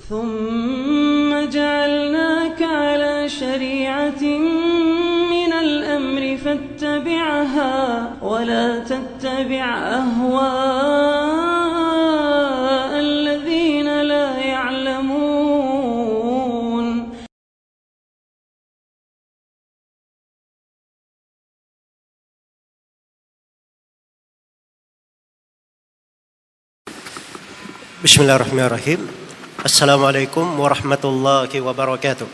ثم جعلناك على شريعة من الأمر فاتبعها ولا تتبع أهواء الذين لا يعلمون. Bismillahirrahmanirrahim. Assalamualaikum warahmatullahi wabarakatuh.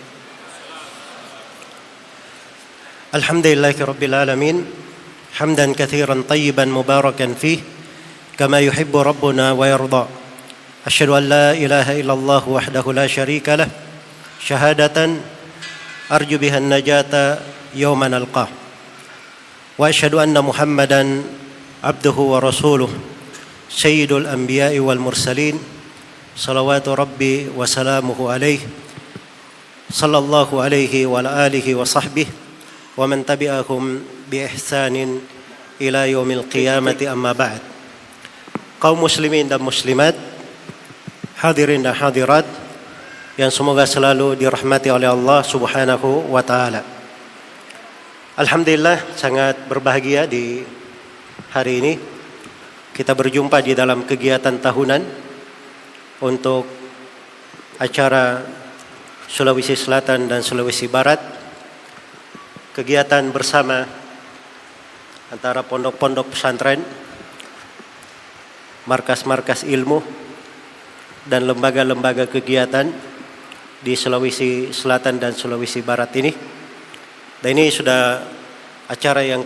Alhamdulillahirabbil alamin, hamdan katsiran tayyiban mubarakan fih, kama yuhibbu rabbuna wa yarda. Asyhadu an la ilaha illallah wahdahu la syarika lah, syahadatan arju biha an-najata yawma nalqah. Wa asyhadu anna Muhammadan abduhu wa rasuluh, sayyidul anbiya'i wal mursalin, salawatu rabbi wa salamuhu alaihi, sallallahu alaihi wa ala alihi wa sahbihi wa man tabi'ahum bi ihsanin ila yaumil qiyamati, amma ba'd. Kaum muslimin dan muslimat, hadirin dan hadirat yang semoga selalu dirahmati oleh Allah Subhanahu wa taala. Alhamdulillah, sangat berbahagia di hari ini kita berjumpa di dalam kegiatan tahunan untuk acara Sulawesi Selatan dan Sulawesi Barat, kegiatan bersama antara pondok-pondok pesantren, markas-markas ilmu, dan lembaga-lembaga kegiatan di Sulawesi Selatan dan Sulawesi Barat ini. Dan ini sudah acara yang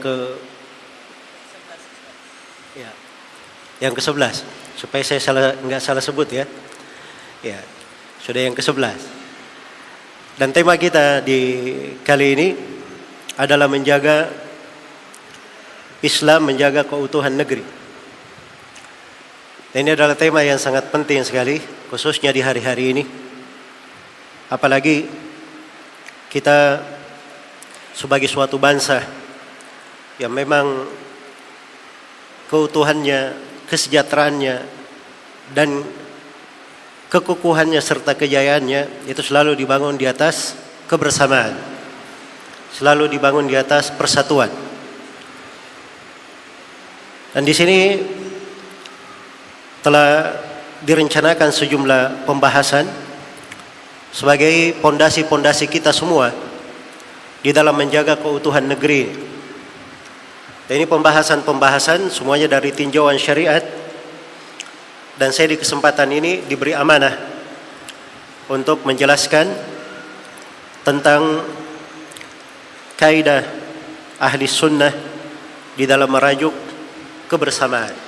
ke-11, supaya saya nggak salah sebut ya. Ya, sudah yang ke-11. Dan tema kita di kali ini adalah menjaga Islam, menjaga keutuhan negeri. Dan ini adalah tema yang sangat penting sekali, khususnya di hari-hari ini. Apalagi kita sebagai suatu bangsa yang memang keutuhannya, kesejahteraannya, dan kekukuhannya serta kejayaannya itu selalu dibangun di atas kebersamaan, selalu dibangun di atas persatuan. Dan di sini telah direncanakan sejumlah pembahasan sebagai pondasi-pondasi kita semua di dalam menjaga keutuhan negeri. Dan ini pembahasan-pembahasan semuanya dari tinjauan syariat. Dan saya di kesempatan ini diberi amanah untuk menjelaskan tentang kaidah ahli sunnah di dalam merajuk kebersamaan,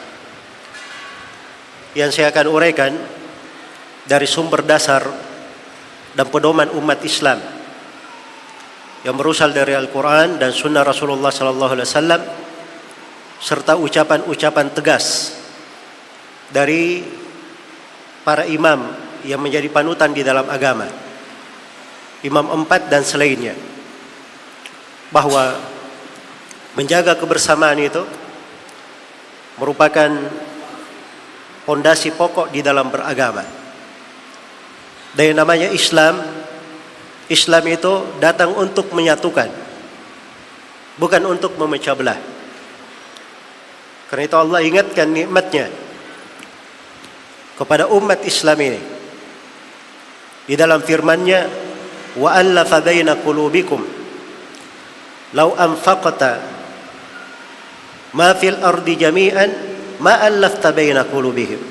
yang saya akan uraikan dari sumber dasar dan pedoman umat Islam yang berasal dari Al-Quran dan Sunnah Rasulullah SAW, serta ucapan-ucapan tegas dari para imam yang menjadi panutan di dalam agama, imam 4 dan selainnya, bahwa menjaga kebersamaan itu merupakan pondasi pokok di dalam beragama. Dan yang namanya Islam itu datang untuk menyatukan, bukan untuk memecah belah. Karena itu Allah ingatkan nikmatnya kepada umat Islam ini di dalam firman-Nya, wa allafa baina qulubikum law anfaqta ma fil ardi jami'an ma allafta baina qulubihim.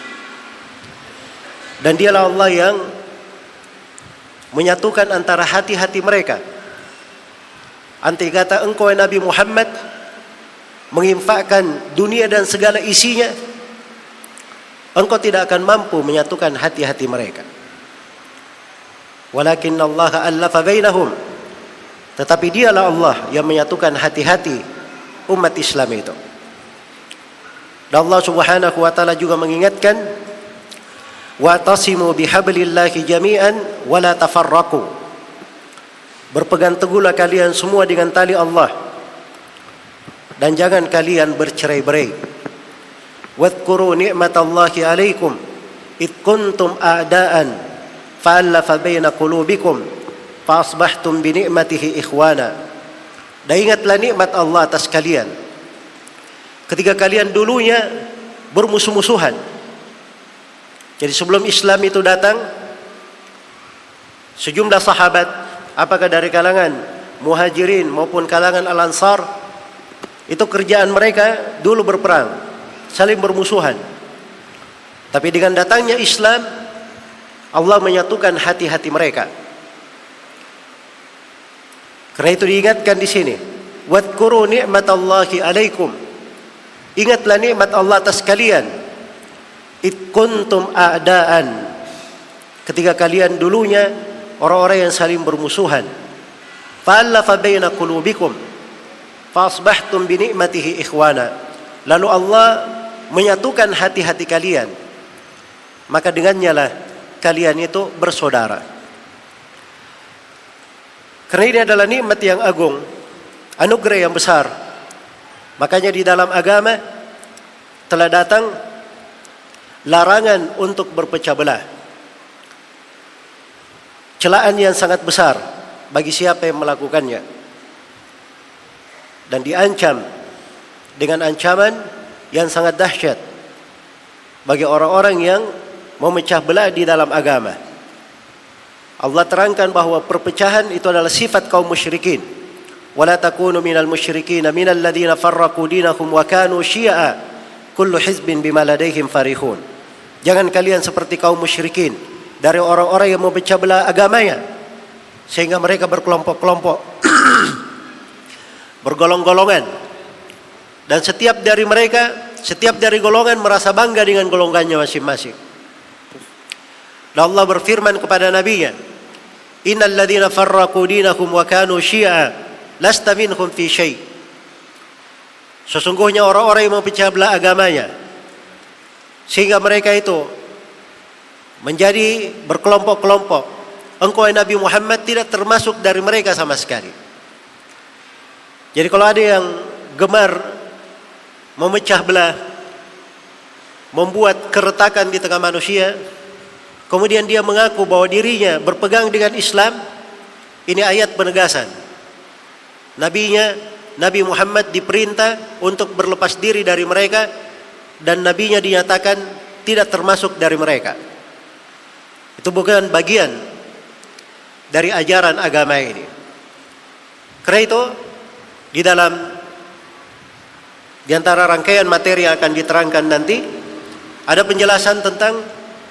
Dan dialah Allah yang menyatukan antara hati-hati mereka. Andai kata engkau Nabi Muhammad menginfakkan dunia dan segala isinya, engkau tidak akan mampu menyatukan hati-hati mereka. Walakinna Allah allafa bainahum, tetapi dialah Allah yang menyatukan hati-hati umat Islam itu. Dan Allah Subhanahu wa taala juga mengingatkan, wa'tasimu bihablillahi jami'an wa la tafarraqu. Berpegang teguhlah kalian semua dengan tali Allah dan jangan kalian bercerai-berai. Wadhkuru ni'matallahi 'alaikum id kuntum a'daan fa'alafa baina qulubikum fa asbahtum bi ni'matihi ikhwana. Dan ingatlah nikmat Allah atas kalian ketika kalian dulunya bermusuh-musuhan. Jadi sebelum Islam itu datang, sejumlah sahabat, apakah dari kalangan Muhajirin maupun kalangan Al-Ansar, itu kerjaan mereka dulu berperang, saling bermusuhan. Tapi dengan datangnya Islam, Allah menyatukan hati-hati mereka. Karena itu diingatkan di sini, wadhkuru ni'matallahi 'alaikum. Ingatlah nikmat Allah atas kalian. Id kuntum a'daan. Ketika kalian dulunya orang-orang yang saling bermusuhan. Fa'alafa baina qulubikum fa asbahtum bi ni'matihi ikhwana. Lalu Allah menyatukan hati-hati kalian. Maka dengannya lah kalian itu bersaudara. Karena ini adalah nikmat yang agung, anugerah yang besar. Makanya di dalam agama telah datang larangan untuk berpecah belah. Celaan yang sangat besar bagi siapa yang melakukannya. Dan diancam dengan ancaman yang sangat dahsyat bagi orang-orang yang memecah belah di dalam agama. Allah terangkan bahwa perpecahan itu adalah sifat kaum musyrikin. Wala takunu minal musyrikin minal ladzina farraqu dinahum wa kanu syi'a kullu hizbin bima ladaihim farihun. Jangan kalian seperti kaum musyrikin dari orang-orang yang memecah belah agamanya sehingga mereka berkelompok-kelompok bergolong-golongan, dan setiap dari golongan merasa bangga dengan golongannya masing-masing. Dan Allah berfirman kepada nabinya, innal ladzina farraqu dinahum wa kanu syi'a lasta minhum fi syai'. Sesungguhnya orang-orang yang memecah belah agamanya sehingga mereka itu menjadi berkelompok-kelompok, engkau Nabi Muhammad tidak termasuk dari mereka sama sekali. Jadi kalau ada yang gemar memecah belah, membuat keretakan di tengah manusia, kemudian dia mengaku bahwa dirinya berpegang dengan Islam, ini ayat penegasan. Nabi Muhammad diperintah untuk berlepas diri dari mereka, dan nabinya dinyatakan tidak termasuk dari mereka. Itu bukan bagian dari ajaran agama ini. Karena itu di antara rangkaian materi yang akan diterangkan nanti ada penjelasan tentang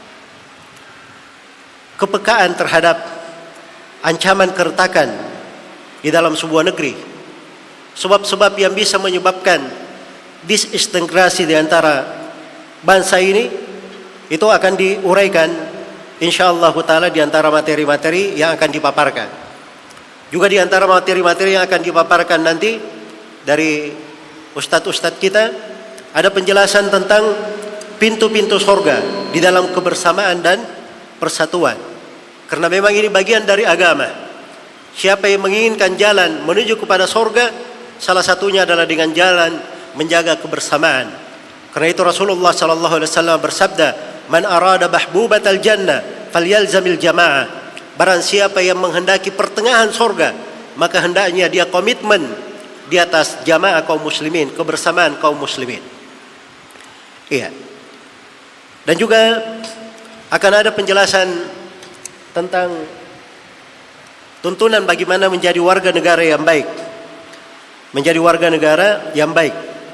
kepekaan terhadap ancaman keretakan di dalam sebuah negeri. Sebab-sebab yang bisa menyebabkan disintegrasi di antara bangsa ini itu akan diuraikan insyaallah taala di antara materi-materi yang akan dipaparkan. Juga di antara materi-materi yang akan dipaparkan nanti dari ustadz-ustadz kita ada penjelasan tentang pintu-pintu surga di dalam kebersamaan dan persatuan. Karena memang ini bagian dari agama. Siapa yang menginginkan jalan menuju kepada surga, salah satunya adalah dengan jalan menjaga kebersamaan. Karena itu Rasulullah sallallahu alaihi wasallam bersabda, "Man arada bahbubatal jannah falyalzamil jamaah." Barang siapa yang menghendaki pertengahan surga, maka hendaknya dia komitmen di atas jamaah kaum muslimin, kebersamaan kaum muslimin. Iya. Dan juga akan ada penjelasan tentang tuntunan bagaimana menjadi warga negara yang baik. Menjadi warga negara yang baik.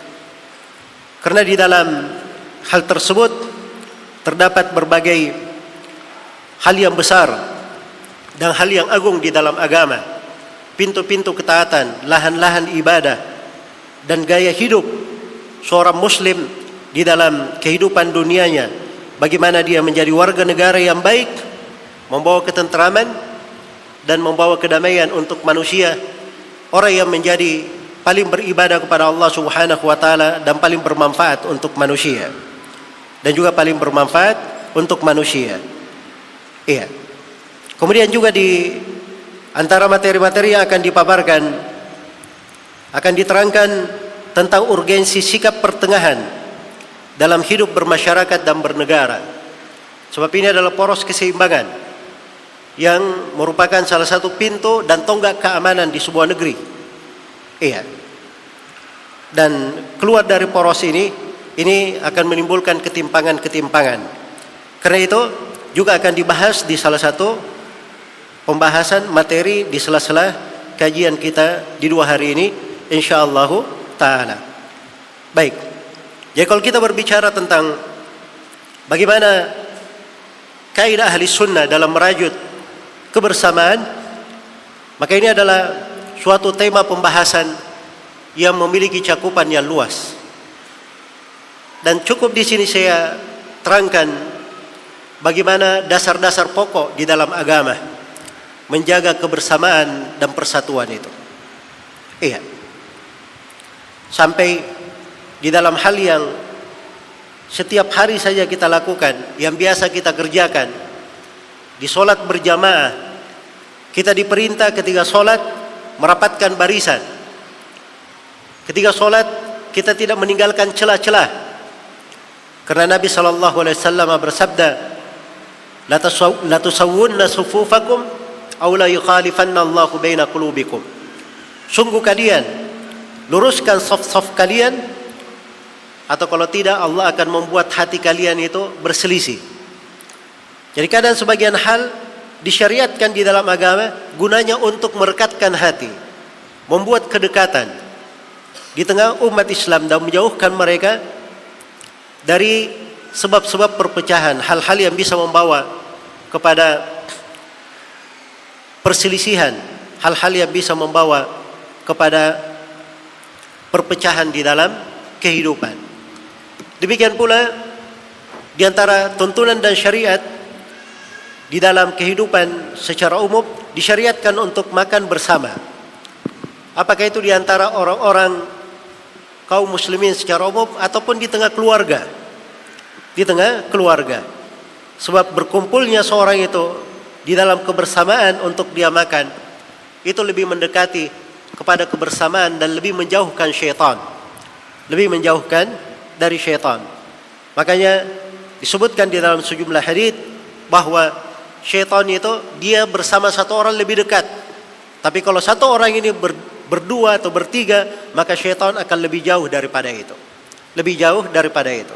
Karena di dalam hal tersebut terdapat berbagai hal yang besar dan hal yang agung di dalam agama. Pintu-pintu ketaatan, lahan-lahan ibadah, dan gaya hidup seorang muslim di dalam kehidupan dunianya. Bagaimana dia menjadi warga negara yang baik, membawa ketentraman dan membawa kedamaian untuk manusia. Orang yang menjadi paling beribadah kepada Allah Subhanahu wa taala dan paling bermanfaat untuk manusia. Dan juga paling bermanfaat untuk manusia. Iya. Kemudian juga di antara materi-materi yang akan dipaparkan akan diterangkan tentang urgensi sikap pertengahan dalam hidup bermasyarakat dan bernegara. Sebab ini adalah poros keseimbangan yang merupakan salah satu pintu dan tonggak keamanan di sebuah negeri. Iya. Dan keluar dari poros ini akan menimbulkan ketimpangan-ketimpangan. Karena itu juga akan dibahas di salah satu pembahasan materi di sela-sela kajian kita di 2 hari ini, insyaallah ta'ala. Baik. Jadi kalau kita berbicara tentang bagaimana kaidah ahli sunnah dalam merajut kebersamaan, maka ini adalah suatu tema pembahasan yang memiliki cakupan yang luas. Dan cukup di sini saya terangkan bagaimana dasar-dasar pokok di dalam agama menjaga kebersamaan dan persatuan itu. Iya. Sampai di dalam hal yang setiap hari saja kita lakukan, yang biasa kita kerjakan, di sholat berjamaah, kita diperintah ketika sholat merapatkan barisan. Ketika sholat kita tidak meninggalkan celah-celah, karena Nabi SAW bersabda, la tusawwunna sufufakum aw la yukhalifanna Allahu baina qulubikum. Sungguh kalian luruskan saf-saf kalian, atau kalau tidak Allah akan membuat hati kalian itu berselisih. Jadi kadang sebagian hal disyariatkan di dalam agama gunanya untuk merekatkan hati, membuat kedekatan di tengah umat Islam dan menjauhkan mereka dari sebab-sebab perpecahan, hal-hal yang bisa membawa kepada perselisihan, hal-hal yang bisa membawa kepada perpecahan di dalam kehidupan. Demikian pula di antara tuntunan dan syariat di dalam kehidupan secara umum disyariatkan untuk makan bersama. Apakah itu di antara orang-orang kaum muslimin secara umum ataupun di tengah keluarga. Di tengah keluarga. Sebab berkumpulnya seorang itu di dalam kebersamaan untuk dia makan, itu lebih mendekati kepada kebersamaan dan lebih menjauhkan syaitan. Lebih menjauhkan dari syaitan. Makanya disebutkan di dalam sejumlah hadits bahwa syaitan itu dia bersama satu orang lebih dekat. Tapi kalau satu orang ini berdua atau bertiga, maka syaitan akan lebih jauh daripada itu. Lebih jauh daripada itu.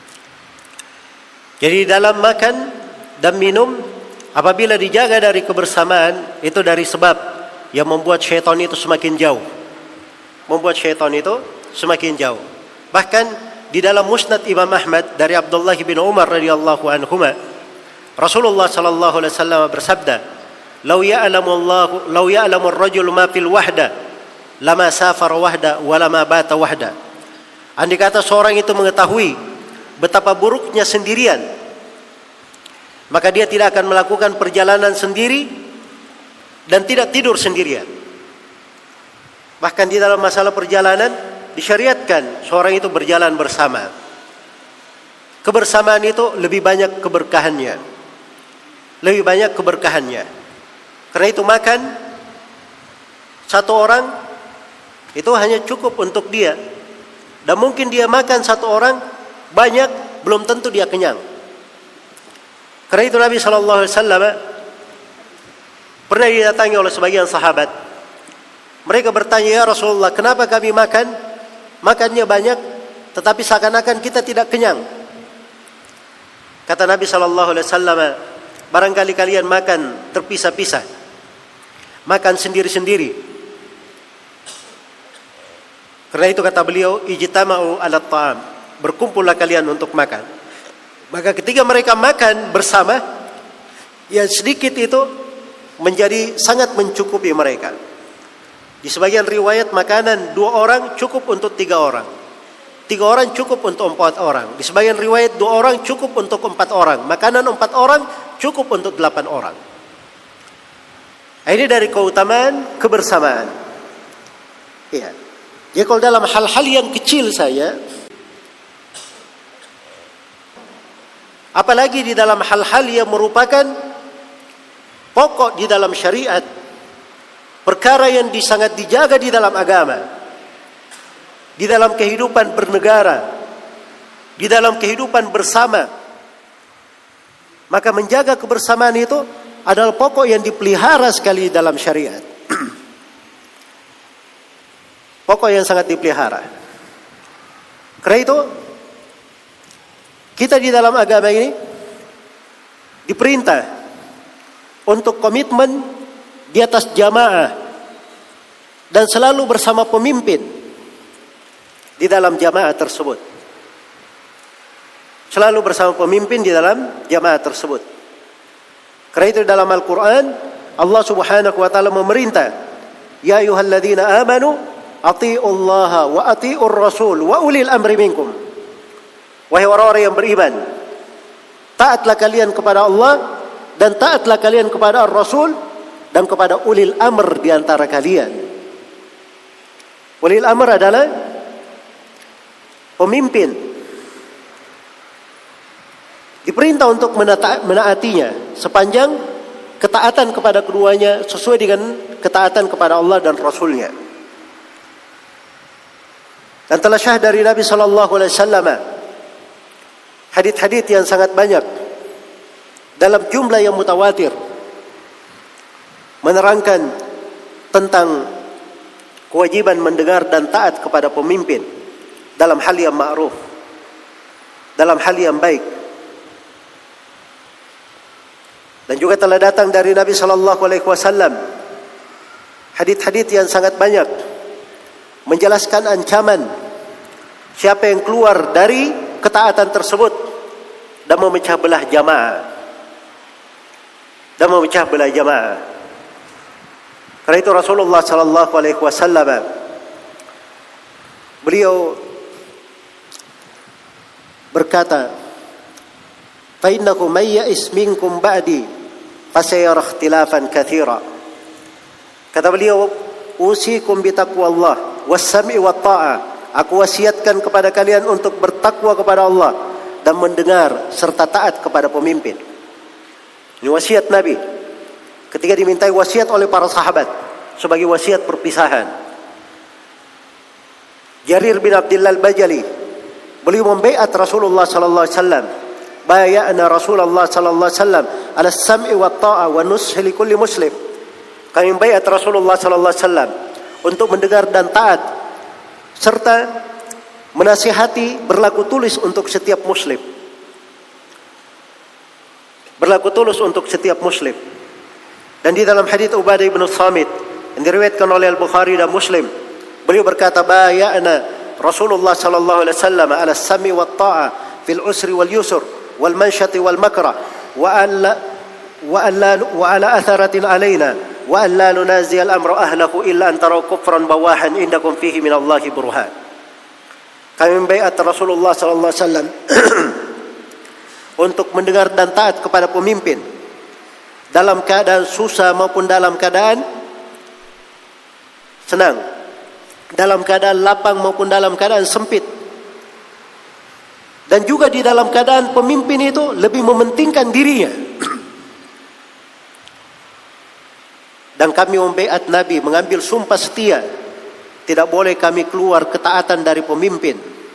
Jadi dalam makan dan minum, apabila dijaga dari kebersamaan, itu dari sebab yang membuat syaitan itu semakin jauh. Membuat syaitan itu semakin jauh. Bahkan di dalam Musnad Imam Ahmad dari Abdullah bin Umar radhiyallahu anhuma, Rasulullah sallallahu alaihi wasallam bersabda, "Lau ya'lamu ar-rajulu ma fil wahda lama safar wahda wa lama bata wahda." Andai kata seorang itu mengetahui betapa buruknya sendirian, maka dia tidak akan melakukan perjalanan sendiri dan tidak tidur sendirian. Bahkan di dalam masalah perjalanan disyariatkan seorang itu berjalan bersama. Kebersamaan itu lebih banyak keberkahannya. Lebih banyak keberkahannya. Karena itu makan satu orang itu hanya cukup untuk dia. Dan mungkin dia makan satu orang banyak, belum tentu dia kenyang. Karena itu Nabi SAW pernah didatangi oleh sebagian sahabat. Mereka bertanya, "Ya Rasulullah, kenapa kami makannya banyak tetapi seakan-akan kita tidak kenyang?" Kata Nabi SAW, "Barangkali kalian makan terpisah-pisah, makan sendiri-sendiri." Karena itu kata beliau, "Ijtama'u 'ala ta'am." Berkumpullah kalian untuk makan. Maka ketika mereka makan bersama, yang sedikit itu menjadi sangat mencukupi mereka. Di sebagian riwayat makanan 2 orang cukup untuk 3 orang. 3 orang cukup untuk 4 orang. Di sebagian riwayat 2 orang cukup untuk 4 orang. Makanan 4 orang cukup untuk 8 orang. Ini dari keutamaan kebersamaan. Iya. Jadi kalau dalam hal-hal yang kecil saja, apalagi di dalam hal-hal yang merupakan pokok di dalam syariat, perkara yang sangat dijaga di dalam agama, di dalam kehidupan bernegara, di dalam kehidupan bersama, maka menjaga kebersamaan itu adalah pokok yang dipelihara sekali dalam syariat. Pokok yang sangat dipelihara. Karena itu kita di dalam agama ini diperintah untuk komitmen di atas jamaah dan selalu bersama pemimpin di dalam jamaah tersebut. Selalu bersama pemimpin di dalam jamaah tersebut. Karena itu dalam Al-Quran Allah subhanahu wa ta'ala memerintah, ya ayyuhalladzina amanu ati'ullaha wa ati'ur rasul wa ulil amri minkum. Wahai orang-orang yang beriman, taatlah kalian kepada Allah dan taatlah kalian kepada Ar-Rasul dan kepada ulil amr di antara kalian. Ulil amr adalah pemimpin. Diperintah untuk menaatinya sepanjang ketaatan kepada keduanya sesuai dengan ketaatan kepada Allah dan Rasulnya. Dan telah syah dari Nabi SAW hadits-hadits yang sangat banyak dalam jumlah yang mutawatir menerangkan tentang kewajiban mendengar dan taat kepada pemimpin dalam hal yang ma'ruf, dalam hal yang baik. Dan juga telah datang dari Nabi SAW hadits-hadits yang sangat banyak menjelaskan ancaman siapa yang keluar dari ketaatan tersebut dan memecah belah jamaah. Karena itu Rasulullah SAW beliau berkata, "Fa innahu may ya'is minkum ba'di fasayara ikhtilafan katsira." Kata beliau, "Usikum bi taqwallah was-sam'i wat-tha'ah." Aku wasiatkan kepada kalian untuk bertakwa kepada Allah dan mendengar serta taat kepada pemimpin. Ini wasiat Nabi ketika dimintai wasiat oleh para sahabat sebagai wasiat perpisahan. Jarir bin Abdullah al-Bajali, beliau membaiat Rasulullah sallallahu alaihi wasallam. Bayana Rasulullah sallallahu alaihi wasallam ala sam'i wat ta'ah wa nushi li kulli muslim. Kami membaiat Rasulullah sallallahu alaihi wasallam untuk mendengar dan taat serta menasihati berlaku tulis untuk setiap muslim. Berlaku tulus untuk setiap muslim. Dan di dalam hadits Ubadah bin Samit yang diriwayatkan oleh Al-Bukhari dan Muslim, beliau berkata, bayana Rasulullah sallallahu alaihi wasallam ala as-sam'i wat ta'ah fil usri wal yusr wal mansyati wal makrah wa ala atharatin alaina wa an la nunazi al-amra ahlahu illa an taraw kufran bawahan indakum fihi min Allahi burhan. Kami membaiat Rasulullah sallallahu alaihi wasallam untuk mendengar dan taat kepada pemimpin dalam keadaan susah maupun dalam keadaan senang, dalam keadaan lapang maupun dalam keadaan sempit, dan juga di dalam keadaan pemimpin itu lebih mementingkan dirinya. Dan kami membaiat Nabi mengambil sumpah setia, tidak boleh kami keluar ketaatan dari pemimpin,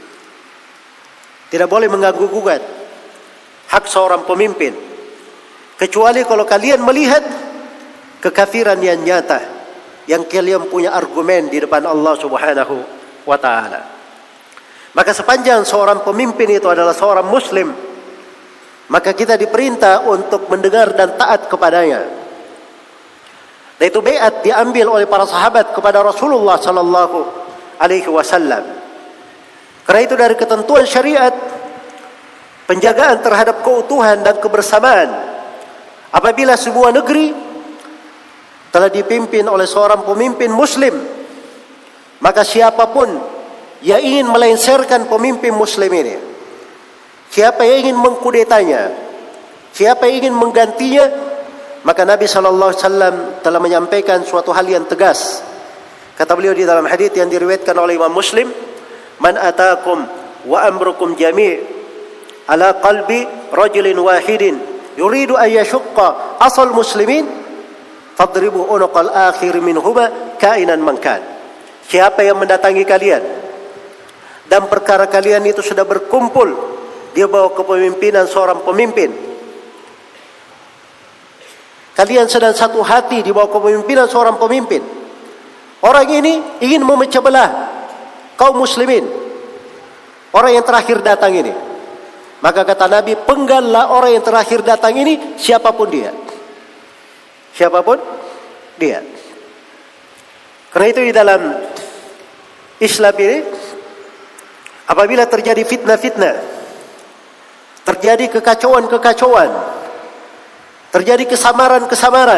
tidak boleh mengganggu gugat hak seorang pemimpin, kecuali kalau kalian melihat kekafiran yang nyata, yang kalian punya argumen di depan Allah Subhanahu wa ta'ala. Maka sepanjang seorang pemimpin itu adalah seorang muslim, maka kita diperintah untuk mendengar dan taat kepadanya. Dan itu baiat diambil oleh para sahabat kepada Rasulullah sallallahu alaihi wasallam. Karena itu dari ketentuan syariat, penjagaan terhadap keutuhan dan kebersamaan. Apabila sebuah negeri telah dipimpin oleh seorang pemimpin muslim, maka siapapun yang ingin melengsarkan pemimpin muslim ini, siapa yang ingin mengkudetanya, siapa yang ingin menggantinya, maka Nabi SAW telah menyampaikan suatu hal yang tegas. Kata beliau di dalam hadits yang diriwayatkan oleh Imam Muslim, "Man atakum wa amrukum jami' ala qalbi rajulin wahidin yuridu an yashqa asal muslimin fadribu unuqal akhir minhuma kainan man kan." Siapa yang mendatangi kalian dan perkara kalian itu sudah berkumpul di bawah kepemimpinan seorang pemimpin, Kalian sedang satu hati di bawah kepemimpinan seorang pemimpin. Orang ini ingin memecah belah kaum muslimin. Orang yang terakhir datang ini. Maka kata Nabi, penggallah orang yang terakhir datang ini, siapapun dia. Siapapun dia. Karena itu di dalam Islam ini, apabila terjadi fitnah-fitnah, terjadi kekacauan-kekacauan, terjadi kesamaran-kesamaran,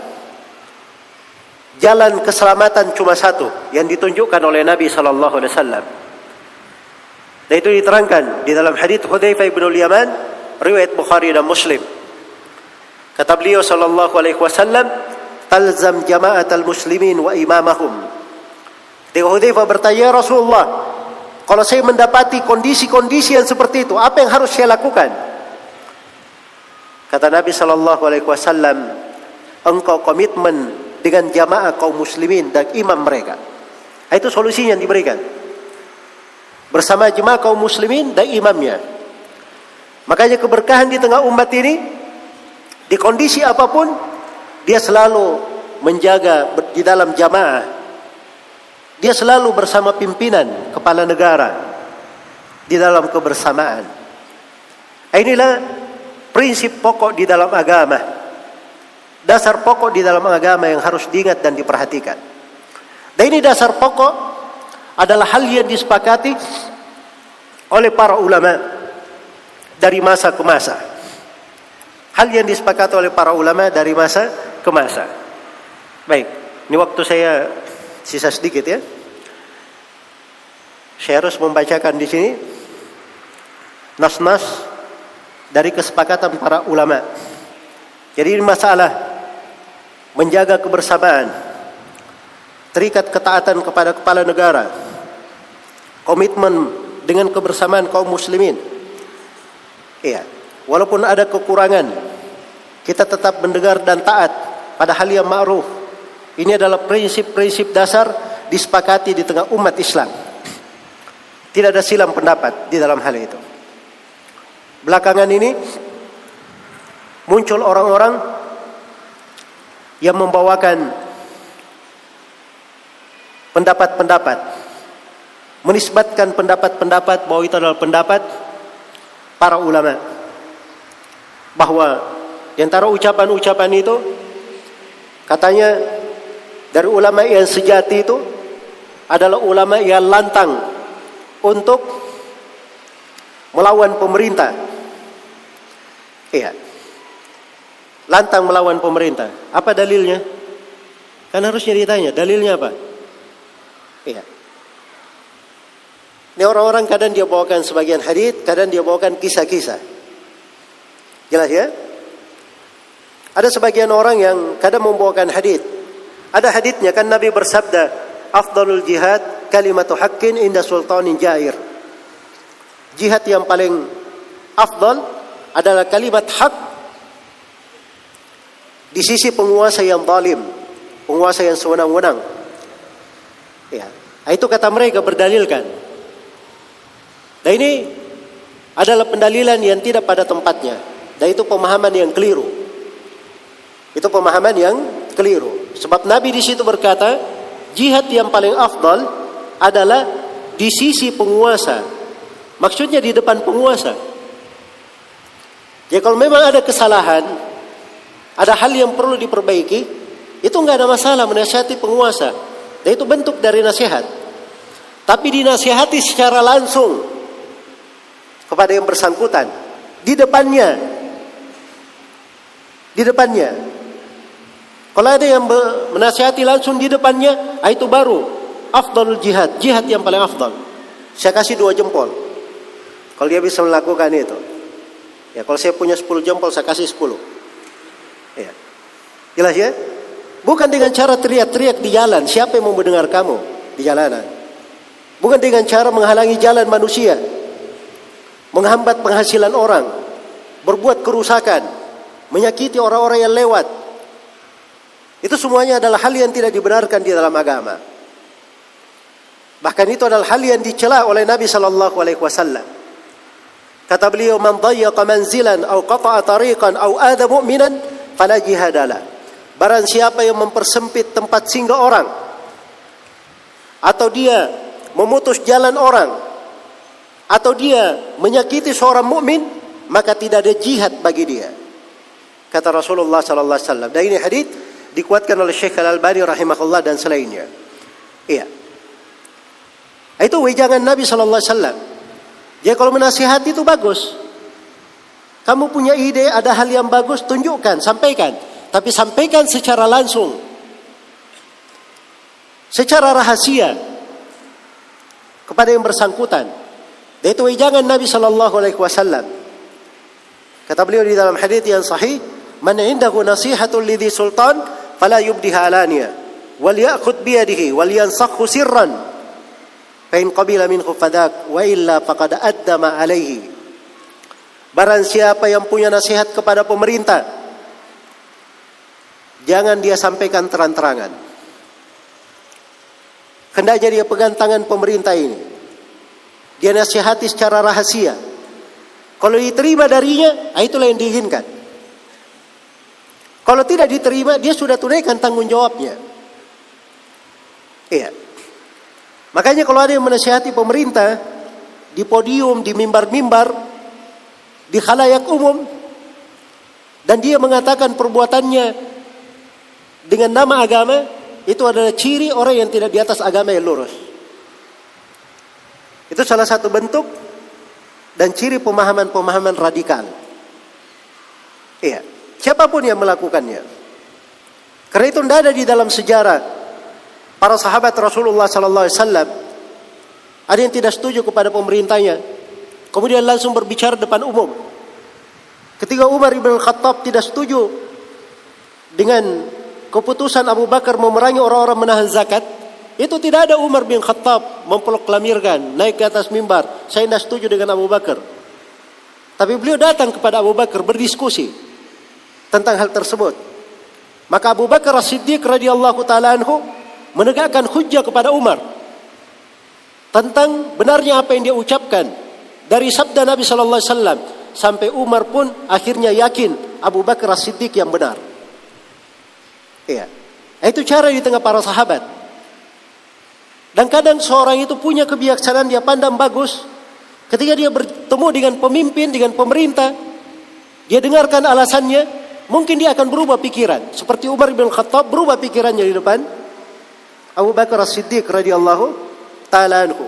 jalan keselamatan cuma satu yang ditunjukkan oleh Nabi SAW. Dan itu diterangkan di dalam hadits Hudzaifah bin Yaman, riwayat Bukhari dan Muslim. Kata beliau SAW, talzam jama'atal muslimin wa imamahum. Ketika Hudzaifah bertanya, Rasulullah, kalau saya mendapati kondisi-kondisi yang seperti itu, apa yang harus saya lakukan? Kata Nabi SAW, engkau komitmen dengan jamaah kaum muslimin dan imam mereka. Itu solusinya yang diberikan. Bersama jemaah kaum muslimin dan imamnya. Makanya keberkahan di tengah umat ini, di kondisi apapun, dia selalu menjaga di dalam jamaah. Dia selalu bersama pimpinan kepala negara di dalam kebersamaan. Inilah prinsip pokok di dalam agama. Dasar pokok di dalam agama yang harus diingat dan diperhatikan. Dan ini dasar pokok adalah hal yang disepakati oleh para ulama dari masa ke masa. Hal yang disepakati oleh para ulama dari masa ke masa. Baik, ini waktu saya sisa sedikit ya. Saya harus membacakan di sini nas-nas dari kesepakatan para ulama. Jadi ini masalah menjaga kebersamaan, terikat ketaatan kepada kepala negara, komitmen dengan kebersamaan kaum muslimin. Iya, walaupun ada kekurangan, kita tetap mendengar dan taat pada hal yang ma'ruf. Ini adalah prinsip-prinsip dasar disepakati di tengah umat Islam. Tidak ada silang pendapat di dalam hal itu. Belakangan ini muncul orang-orang yang membawakan pendapat-pendapat, menisbatkan pendapat-pendapat bahwa itu adalah pendapat para ulama, bahwa di antara ucapan-ucapan itu katanya dari ulama yang sejati itu adalah ulama yang lantang untuk melawan pemerintah. Iya, lantang melawan pemerintah. Apa dalilnya? Kan harusnya ditanya, dalilnya apa? Iya. Ini orang-orang kadang dia bawakan sebagian hadits, kadang dia bawakan kisah-kisah. Jelas ya? Ada sebagian orang yang kadang membawakan hadits. Ada haditsnya kan Nabi bersabda, afdalul jihad kalimatu haqqin inda sultanin jair. Jihad yang paling afdal adalah kalimat hak di sisi penguasa yang zalim, penguasa yang sewenang-wenang. Ya, itu kata mereka berdalilkan. Dan ini adalah pendalilan yang tidak pada tempatnya. Dan itu pemahaman yang keliru. Itu pemahaman yang keliru. Sebab Nabi di situ berkata, jihad yang paling afdal adalah di sisi penguasa. Maksudnya di depan penguasa. Ya kalau memang ada kesalahan, ada hal yang perlu diperbaiki, itu enggak ada masalah menasihati penguasa. Dan itu bentuk dari nasihat. Tapi dinasihati secara langsung kepada yang bersangkutan di depannya. Di depannya. Kalau ada yang menasihati langsung di depannya, itu baru afdalul jihad, jihad yang paling afdal. Saya kasih 2 jempol kalau dia bisa melakukan itu. Ya, kalau saya punya 10 jempol, saya kasih 10. Ya. Jelas ya? Bukan dengan cara teriak-teriak di jalan, siapa yang mau mendengar kamu di jalanan? Bukan dengan cara menghalangi jalan manusia, menghambat penghasilan orang, berbuat kerusakan, menyakiti orang-orang yang lewat. Itu semuanya adalah hal yang tidak dibenarkan di dalam agama. Bahkan itu adalah hal yang dicela oleh Nabi SAW. Kata beliau, man dayyaqa manzilan aw qata'a tariqan aw adha mu'minan fala jihadalah. Barang siapa yang mempersempit tempat singgah orang, atau dia memutus jalan orang, atau dia menyakiti seorang mukmin, maka tidak ada jihad bagi dia. Kata Rasulullah sallallahu alaihi wasallam. Dan ini hadis dikuatkan oleh Syekh Al-Albani rahimahullah dan selainnya. Iya. Itu wejangan Nabi sallallahu alaihi wasallam. Jadi kalau menasihati itu bagus. Kamu punya ide, ada hal yang bagus, tunjukkan, sampaikan. Tapi sampaikan secara langsung. Secara rahasia kepada yang bersangkutan. Dan itu wejangan Nabi sallallahu alaihi wasallam. Kata beliau di dalam hadis yang sahih, "Man 'indahu nasihatun lidhi sultan fala yubdiha alaniya, wal ya'khudh bi yadihi wal yansakhu sirran, fa in qabila minhu fadak wa illa faqad addama alaihi." Barang siapa yang punya nasihat kepada pemerintah, jangan dia sampaikan terang-terangan. Hendaknya dia pegang tangan pemerintah ini. Dia nasihati secara rahasia. Kalau diterima darinya, itulah yang diinginkan. Kalau tidak diterima, dia sudah tunaikan tanggung jawabnya. Iya. Makanya kalau ada yang menasihati pemerintah di podium, di mimbar-mimbar, di khalayak umum, dan dia mengatakan perbuatannya dengan nama agama, itu adalah ciri orang yang tidak di atas agama yang lurus. Itu salah satu bentuk dan ciri pemahaman-pemahaman radikal. Iya, siapapun yang melakukannya. Karena itu tidak ada di dalam sejarah para sahabat Rasulullah sallallahu alaihi wasallam ada yang tidak setuju kepada pemerintahnya, kemudian langsung berbicara depan umum. Ketika Umar ibn Khattab tidak setuju dengan keputusan Abu Bakar memerangi orang-orang menahan zakat, itu tidak ada Umar bin Khattab memproklamirkan naik ke atas mimbar, saya tidak setuju dengan Abu Bakar. Tapi beliau datang kepada Abu Bakar berdiskusi tentang hal tersebut. Maka Abu Bakar As-Siddiq radhiyallahu taala anhu menegakkan hujjah kepada Umar tentang benarnya apa yang dia ucapkan dari sabda Nabi sallallahu alaihi wasallam, sampai Umar pun akhirnya yakin Abu Bakar As-Siddiq yang benar. Iya. Itu cara di tengah para sahabat. Dan kadang seorang itu punya kebijaksanaan, dia pandang bagus. Ketika dia bertemu dengan pemimpin, dengan pemerintah, dia dengarkan alasannya, mungkin dia akan berubah pikiran. Seperti Umar bin Khattab berubah pikirannya di depan Abu Bakar As-Siddiq radhiyallahu ta'ala anhu.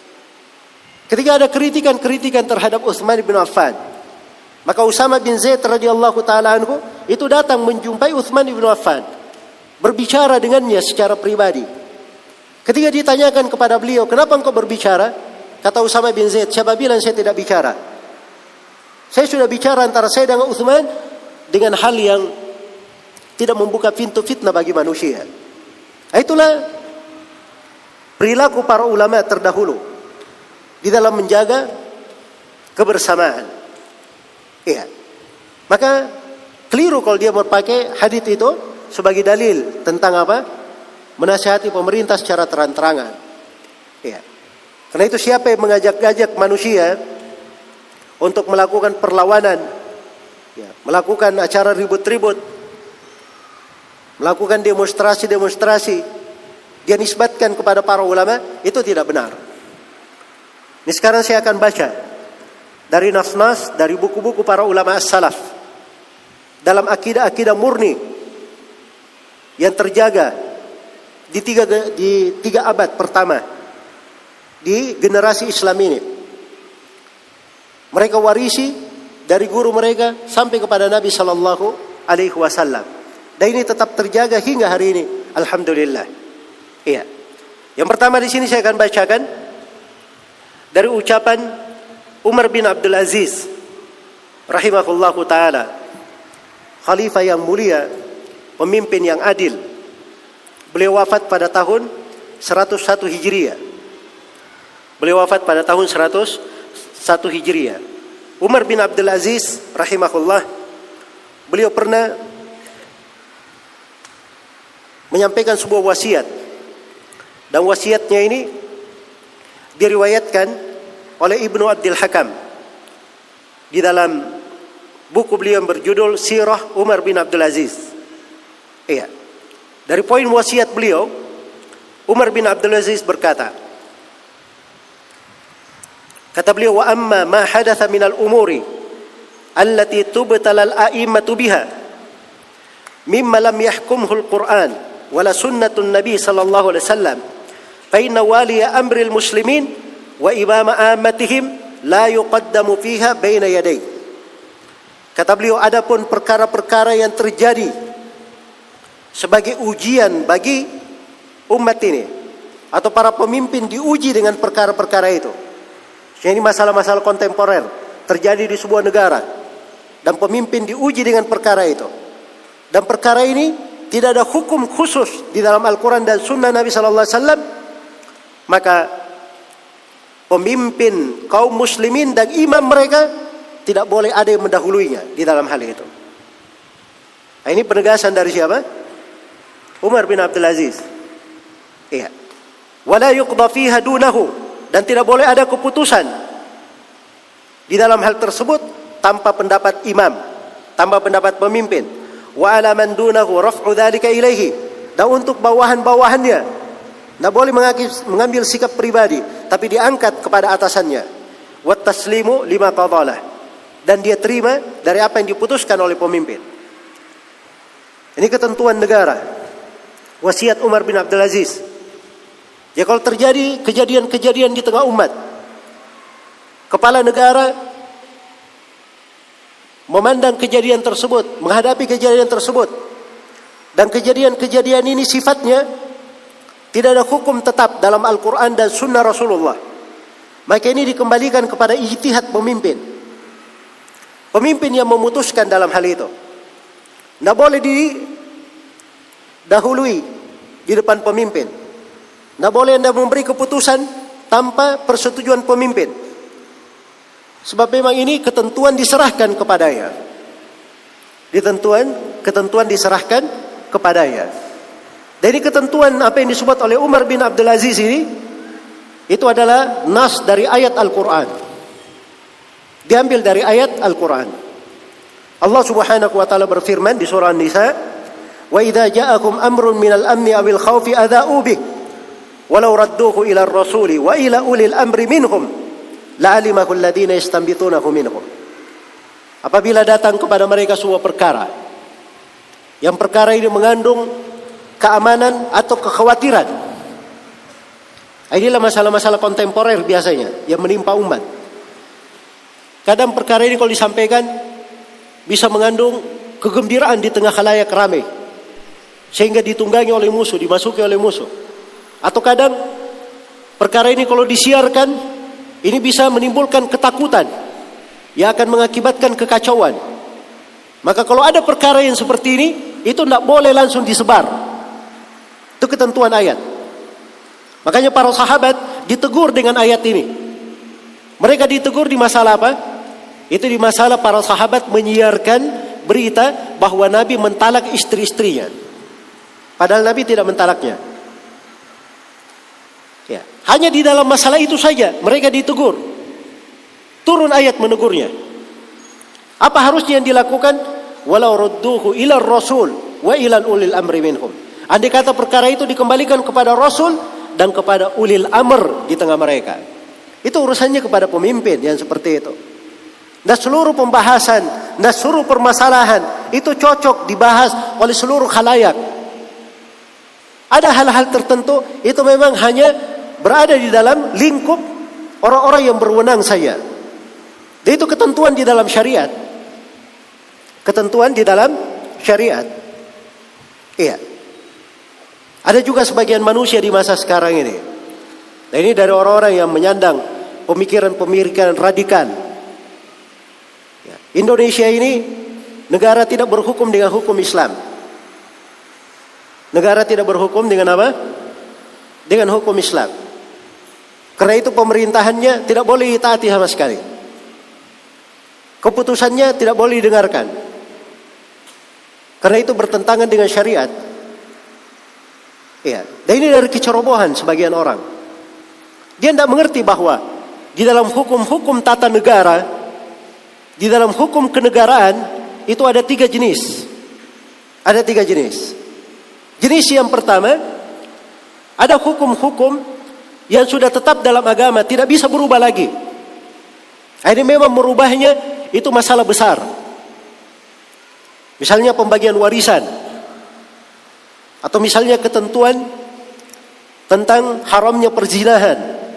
Ketika ada kritikan-kritikan terhadap Utsman bin Affan, maka Usama bin Zaid radhiyallahu ta'ala anhu itu datang menjumpai Utsman bin Affan, berbicara dengannya secara pribadi. Ketika ditanyakan kepada beliau, kenapa engkau berbicara? Kata Usama bin Zaid, siapa bilang saya tidak bicara? Saya sudah bicara antara saya dengan Utsman dengan hal yang tidak membuka pintu fitnah bagi manusia. Itulah perilaku para ulama terdahulu di dalam menjaga kebersamaan. Iya. Maka keliru kalau dia berpakai hadis itu sebagai dalil tentang apa? Menasihati pemerintah secara terang-terangan. Ya. Karena itu siapa yang mengajak-ajak manusia untuk melakukan perlawanan, ya, melakukan acara ribut-ribut, melakukan demonstrasi-demonstrasi, dia nisbatkan kepada para ulama, itu tidak benar. Ini sekarang saya akan baca dari nas-nas, dari buku-buku para ulama as-salaf dalam akidah-akidah murni yang terjaga di tiga abad pertama di generasi Islam ini. Mereka warisi dari guru mereka sampai kepada Nabi sallallahu alaihi wasallam. Dan ini tetap terjaga hingga hari ini. Alhamdulillah. Iya. Yang pertama di sini saya akan bacakan dari ucapan Umar bin Abdul Aziz rahimahullahu taala, khalifah yang mulia, pemimpin yang adil. Beliau wafat pada tahun 101 Hijriah. Beliau wafat pada tahun 101 Hijriah. Umar bin Abdul Aziz rahimahullah, beliau pernah menyampaikan sebuah wasiat. Dan wasiatnya ini diriwayatkan oleh Ibnu Abdul Hakam di dalam buku beliau yang berjudul Sirah Umar bin Abdul Aziz. Iya. Dari poin wasiat beliau, Umar bin Abdul Aziz berkata, kata beliau, wa amma ma hadatha minal umuri allati tubtala al-a'immatu biha mimma lam yahkumhu al-Qur'an wala sunnatun Nabi sallallahu alaihi wasallam fa inna waliya amri al-muslimin wa imama ammatihim la yuqaddamu fiha baina yaday. Kata beliau, adapun perkara-perkara yang terjadi sebagai ujian bagi umat ini atau para pemimpin diuji dengan perkara-perkara itu. Ini masalah-masalah kontemporer terjadi di sebuah negara dan pemimpin diuji dengan perkara itu. Dan perkara ini tidak ada hukum khusus di dalam Al-Quran dan Sunnah Nabi Sallallahu Alaihi Wasallam. Maka pemimpin kaum muslimin dan imam mereka tidak boleh ada yang mendahuluinya di dalam hal itu. Nah, ini penegasan dari siapa? Umar bin Abdul Aziz. Iya. Wala yuqda fiha dunahu, dan tidak boleh ada keputusan di dalam hal tersebut tanpa pendapat imam, tanpa pendapat pemimpin. Wa ala man dunahu raf'u dzalika ilaihi, dan untuk bawahan-bawahannya tidak boleh mengambil sikap pribadi, tapi diangkat kepada atasannya. Wa taslimu lima qadalah, dan dia terima dari apa yang diputuskan oleh pemimpin. Ini ketentuan negara, wasiat Umar bin Abdul Aziz. Ya, kalau terjadi kejadian-kejadian di tengah umat, kepala negara memandang kejadian tersebut, menghadapi kejadian tersebut, dan kejadian-kejadian ini sifatnya tidak ada hukum tetap dalam Al-Quran dan Sunnah Rasulullah, maka ini dikembalikan kepada ijtihad pemimpin. Pemimpin yang memutuskan dalam hal itu. Tidak boleh didahului di depan pemimpin. Tidak boleh Anda memberi keputusan tanpa persetujuan pemimpin. Sebab memang ini ketentuan diserahkan kepadanya. Ketentuan diserahkan kepadanya. Dari ketentuan apa yang disebut oleh Umar bin Abdul Aziz ini, itu adalah nas dari ayat Al-Quran. Diambil dari ayat Al-Quran. Allah Subhanahu wa taala berfirman di surah An-Nisa, "Wa idza ja'akum amrun minal amni awil khaufi adza'u bih, walau radduhu ila ar-rasuli wa ila ulil amri minhum, la'alimahu alladhina yastanbitunahu minhum." Apabila datang kepada mereka sebuah perkara, yang perkara ini mengandung keamanan atau kekhawatiran. Inilah masalah-masalah kontemporer biasanya yang menimpa umat. Kadang perkara ini kalau disampaikan bisa mengandung kegembiraan di tengah khalayak ramai, sehingga ditunggangi oleh musuh, dimasuki oleh musuh. Atau kadang perkara ini kalau disiarkan, ini bisa menimbulkan ketakutan yang akan mengakibatkan kekacauan. Maka kalau ada perkara yang seperti ini, itu tidak boleh langsung disebar. Itu ketentuan ayat. Makanya para sahabat ditegur dengan ayat ini. Mereka ditegur di masalah apa? Itu di masalah para sahabat menyiarkan berita bahwa Nabi mentalak istri-istrinya. Padahal Nabi tidak mentalaknya. Ya, hanya di dalam masalah itu saja mereka ditegur. Turun ayat menegurnya. Apa harusnya yang dilakukan? Walau rudduhu ila rasul wa ila ulil amri minhum. Andai kata perkara itu dikembalikan kepada Rasul dan kepada ulil amr di tengah mereka. Itu urusannya kepada pemimpin yang seperti itu. Dan seluruh pembahasan, dan seluruh permasalahan itu cocok dibahas oleh seluruh khalayak. Ada hal-hal tertentu itu memang hanya berada di dalam lingkup orang-orang yang berwenang saja. Dan itu ketentuan di dalam syariat. Ketentuan di dalam syariat. Iya. Ada juga sebagian manusia di masa sekarang ini. Nah, ini dari orang-orang yang menyandang pemikiran-pemikiran radikal. Ya. Indonesia ini negara tidak berhukum dengan hukum Islam. Negara tidak berhukum dengan apa? Dengan hukum Islam. Karena itu pemerintahannya tidak boleh ditaati sama sekali. Keputusannya tidak boleh didengarkan. Karena itu bertentangan dengan syariat. Ya, dan ini dari kecerobohan sebagian orang. Dia tidak mengerti bahwa di dalam hukum-hukum tata negara di dalam hukum kenegaraan itu ada 3 jenis. Ada 3 jenis. Jenis yang pertama, ada hukum-hukum yang sudah tetap dalam agama, tidak bisa berubah lagi. Ini memang merubahnya itu masalah besar. Misalnya pembagian warisan, atau misalnya ketentuan tentang haramnya perzinahan,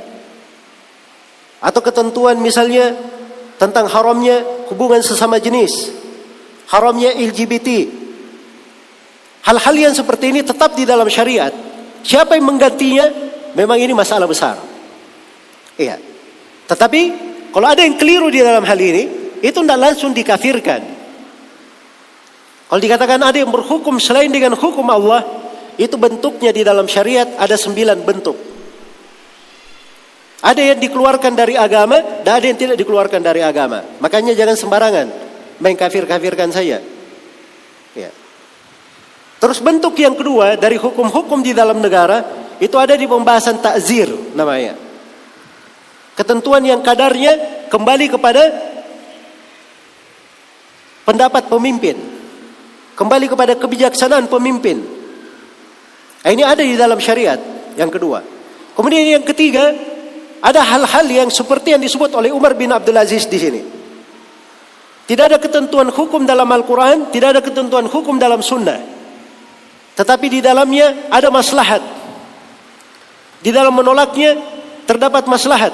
atau ketentuan misalnya tentang haramnya hubungan sesama jenis, haramnya LGBT. Hal-hal yang seperti ini tetap di dalam syariat. Siapa yang menggantinya? Memang ini masalah besar. Iya. Tetapi kalau ada yang keliru di dalam hal ini, itu tidak langsung dikafirkan. Kalau dikatakan ada yang berhukum selain dengan hukum Allah, itu bentuknya di dalam syariat ada 9 bentuk. Ada yang dikeluarkan dari agama, dan ada yang tidak dikeluarkan dari agama. Makanya jangan sembarangan mengkafir-kafirkan saya. Ya. Terus bentuk yang kedua dari hukum-hukum di dalam negara, itu ada di pembahasan takzir namanya. Ketentuan yang kadarnya kembali kepada pendapat pemimpin, kembali kepada kebijaksanaan pemimpin. Ini ada di dalam syariat yang kedua. Kemudian yang ketiga, ada hal-hal yang seperti yang disebut oleh Umar bin Abdul Aziz di sini. Tidak ada ketentuan hukum dalam Al-Quran, tidak ada ketentuan hukum dalam Sunnah. Tetapi di dalamnya ada maslahat. Di dalam menolaknya terdapat maslahat.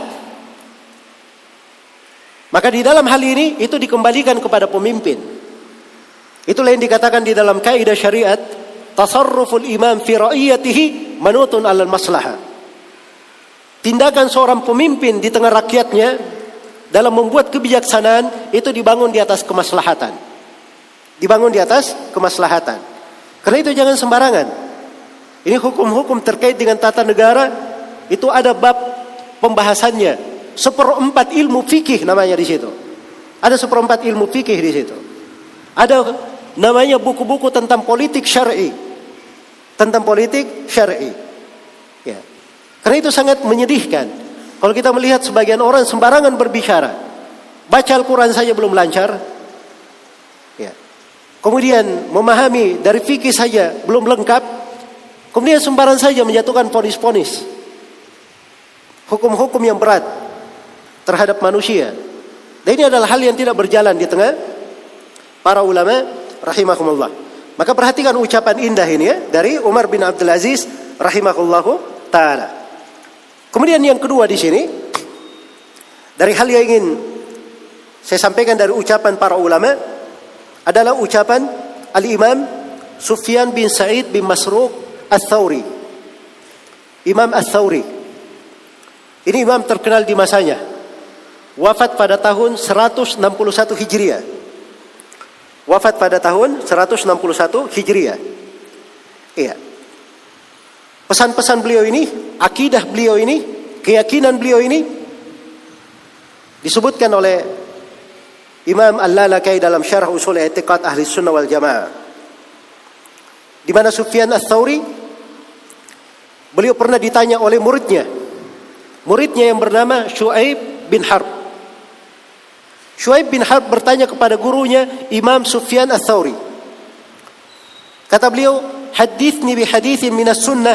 Maka di dalam hal ini itu dikembalikan kepada pemimpin. Itulah yang dikatakan di dalam kaidah syariat, tasarruful imam fi ra'iyatihi manutun 'alal maslahah. Tindakan seorang pemimpin di tengah rakyatnya dalam membuat kebijaksanaan itu dibangun di atas kemaslahatan. Dibangun di atas kemaslahatan. Karena itu jangan sembarangan. Ini hukum-hukum terkait dengan tata negara, itu ada bab pembahasannya. 1/4 ilmu fikih namanya di situ. Ada 1/4 ilmu fikih di situ. Ada namanya buku-buku tentang politik syar'i. Tentang politik syar'i. Ya. Karena itu sangat menyedihkan. Kalau kita melihat sebagian orang sembarangan berbicara. Baca Al-Quran saja belum lancar. Ya. Kemudian memahami dari fikih saja belum lengkap. Kemudian sembarangan saja menjatuhkan vonis-vonis. Hukum-hukum yang berat terhadap manusia. Dan ini adalah hal yang tidak berjalan di tengah para ulama rahimahumullah. Maka perhatikan ucapan indah ini ya, dari Umar bin Abdul Aziz rahimahullahu ta'ala. Kemudian yang kedua di sini, dari hal yang ingin saya sampaikan dari ucapan para ulama, adalah ucapan Al-Imam Sufyan bin Sa'id bin Masruq Ats-Tsauri. Imam Ats-Tsauri. Ini imam terkenal di masanya. Wafat pada tahun 161 Hijriah. Wafat pada tahun 161 Hijriah. Iya. Pesan-pesan beliau ini, akidah beliau ini, keyakinan beliau ini disebutkan oleh Imam Al-Lalakai dalam Syarah Ushul I'tiqad Ahli Sunnah wal Jamaah. Di mana Sufyan Ats-Tsauri, beliau pernah ditanya oleh muridnya yang bernama Syu'aib bin Harb. Syu'aib bin Harb bertanya kepada gurunya Imam Sufyan Ats-Tsauri. Kata beliau, hadithni bi hadithin minas sunnah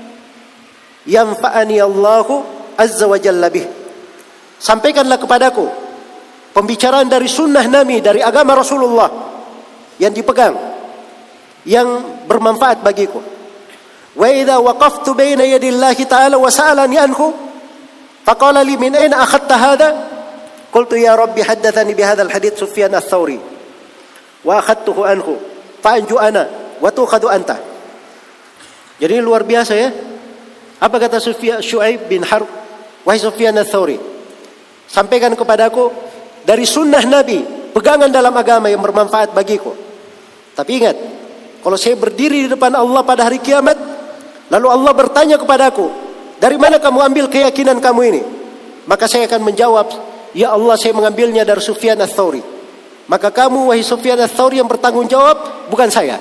yanfa'ani Allahu azza wa jalla bih. Sampaikanlah kepadaku pembicaraan dari sunnah Nabi, dari agama Rasulullah yang dipegang, yang bermanfaat bagiku. Wa idza waqaftu baina yadillahi ta'ala wa sa'alani anhu faqala li min aina akhadta hadha qultu ya rabbi haddathani bi hadzal hadits Sufyan Ats-Tsauri wa akhadtuhu anhu fa anju ana wa tukhadu anta. Jadi luar biasa ya. Apa kata Syu'aib bin Harb? Wahai Sufyan Ats-Tsauri, sampaikan kepadaku dari sunnah Nabi, pegangan dalam agama yang bermanfaat bagiku. Tapi ingat, kalau saya berdiri di depan Allah pada hari kiamat, lalu Allah bertanya kepadaku, dari mana kamu ambil keyakinan kamu ini? Maka saya akan menjawab, ya Allah, saya mengambilnya dari Sufyan Ats-Tsauri. Maka kamu, wahai Sufyan Ats-Tsauri, yang bertanggung jawab, bukan saya.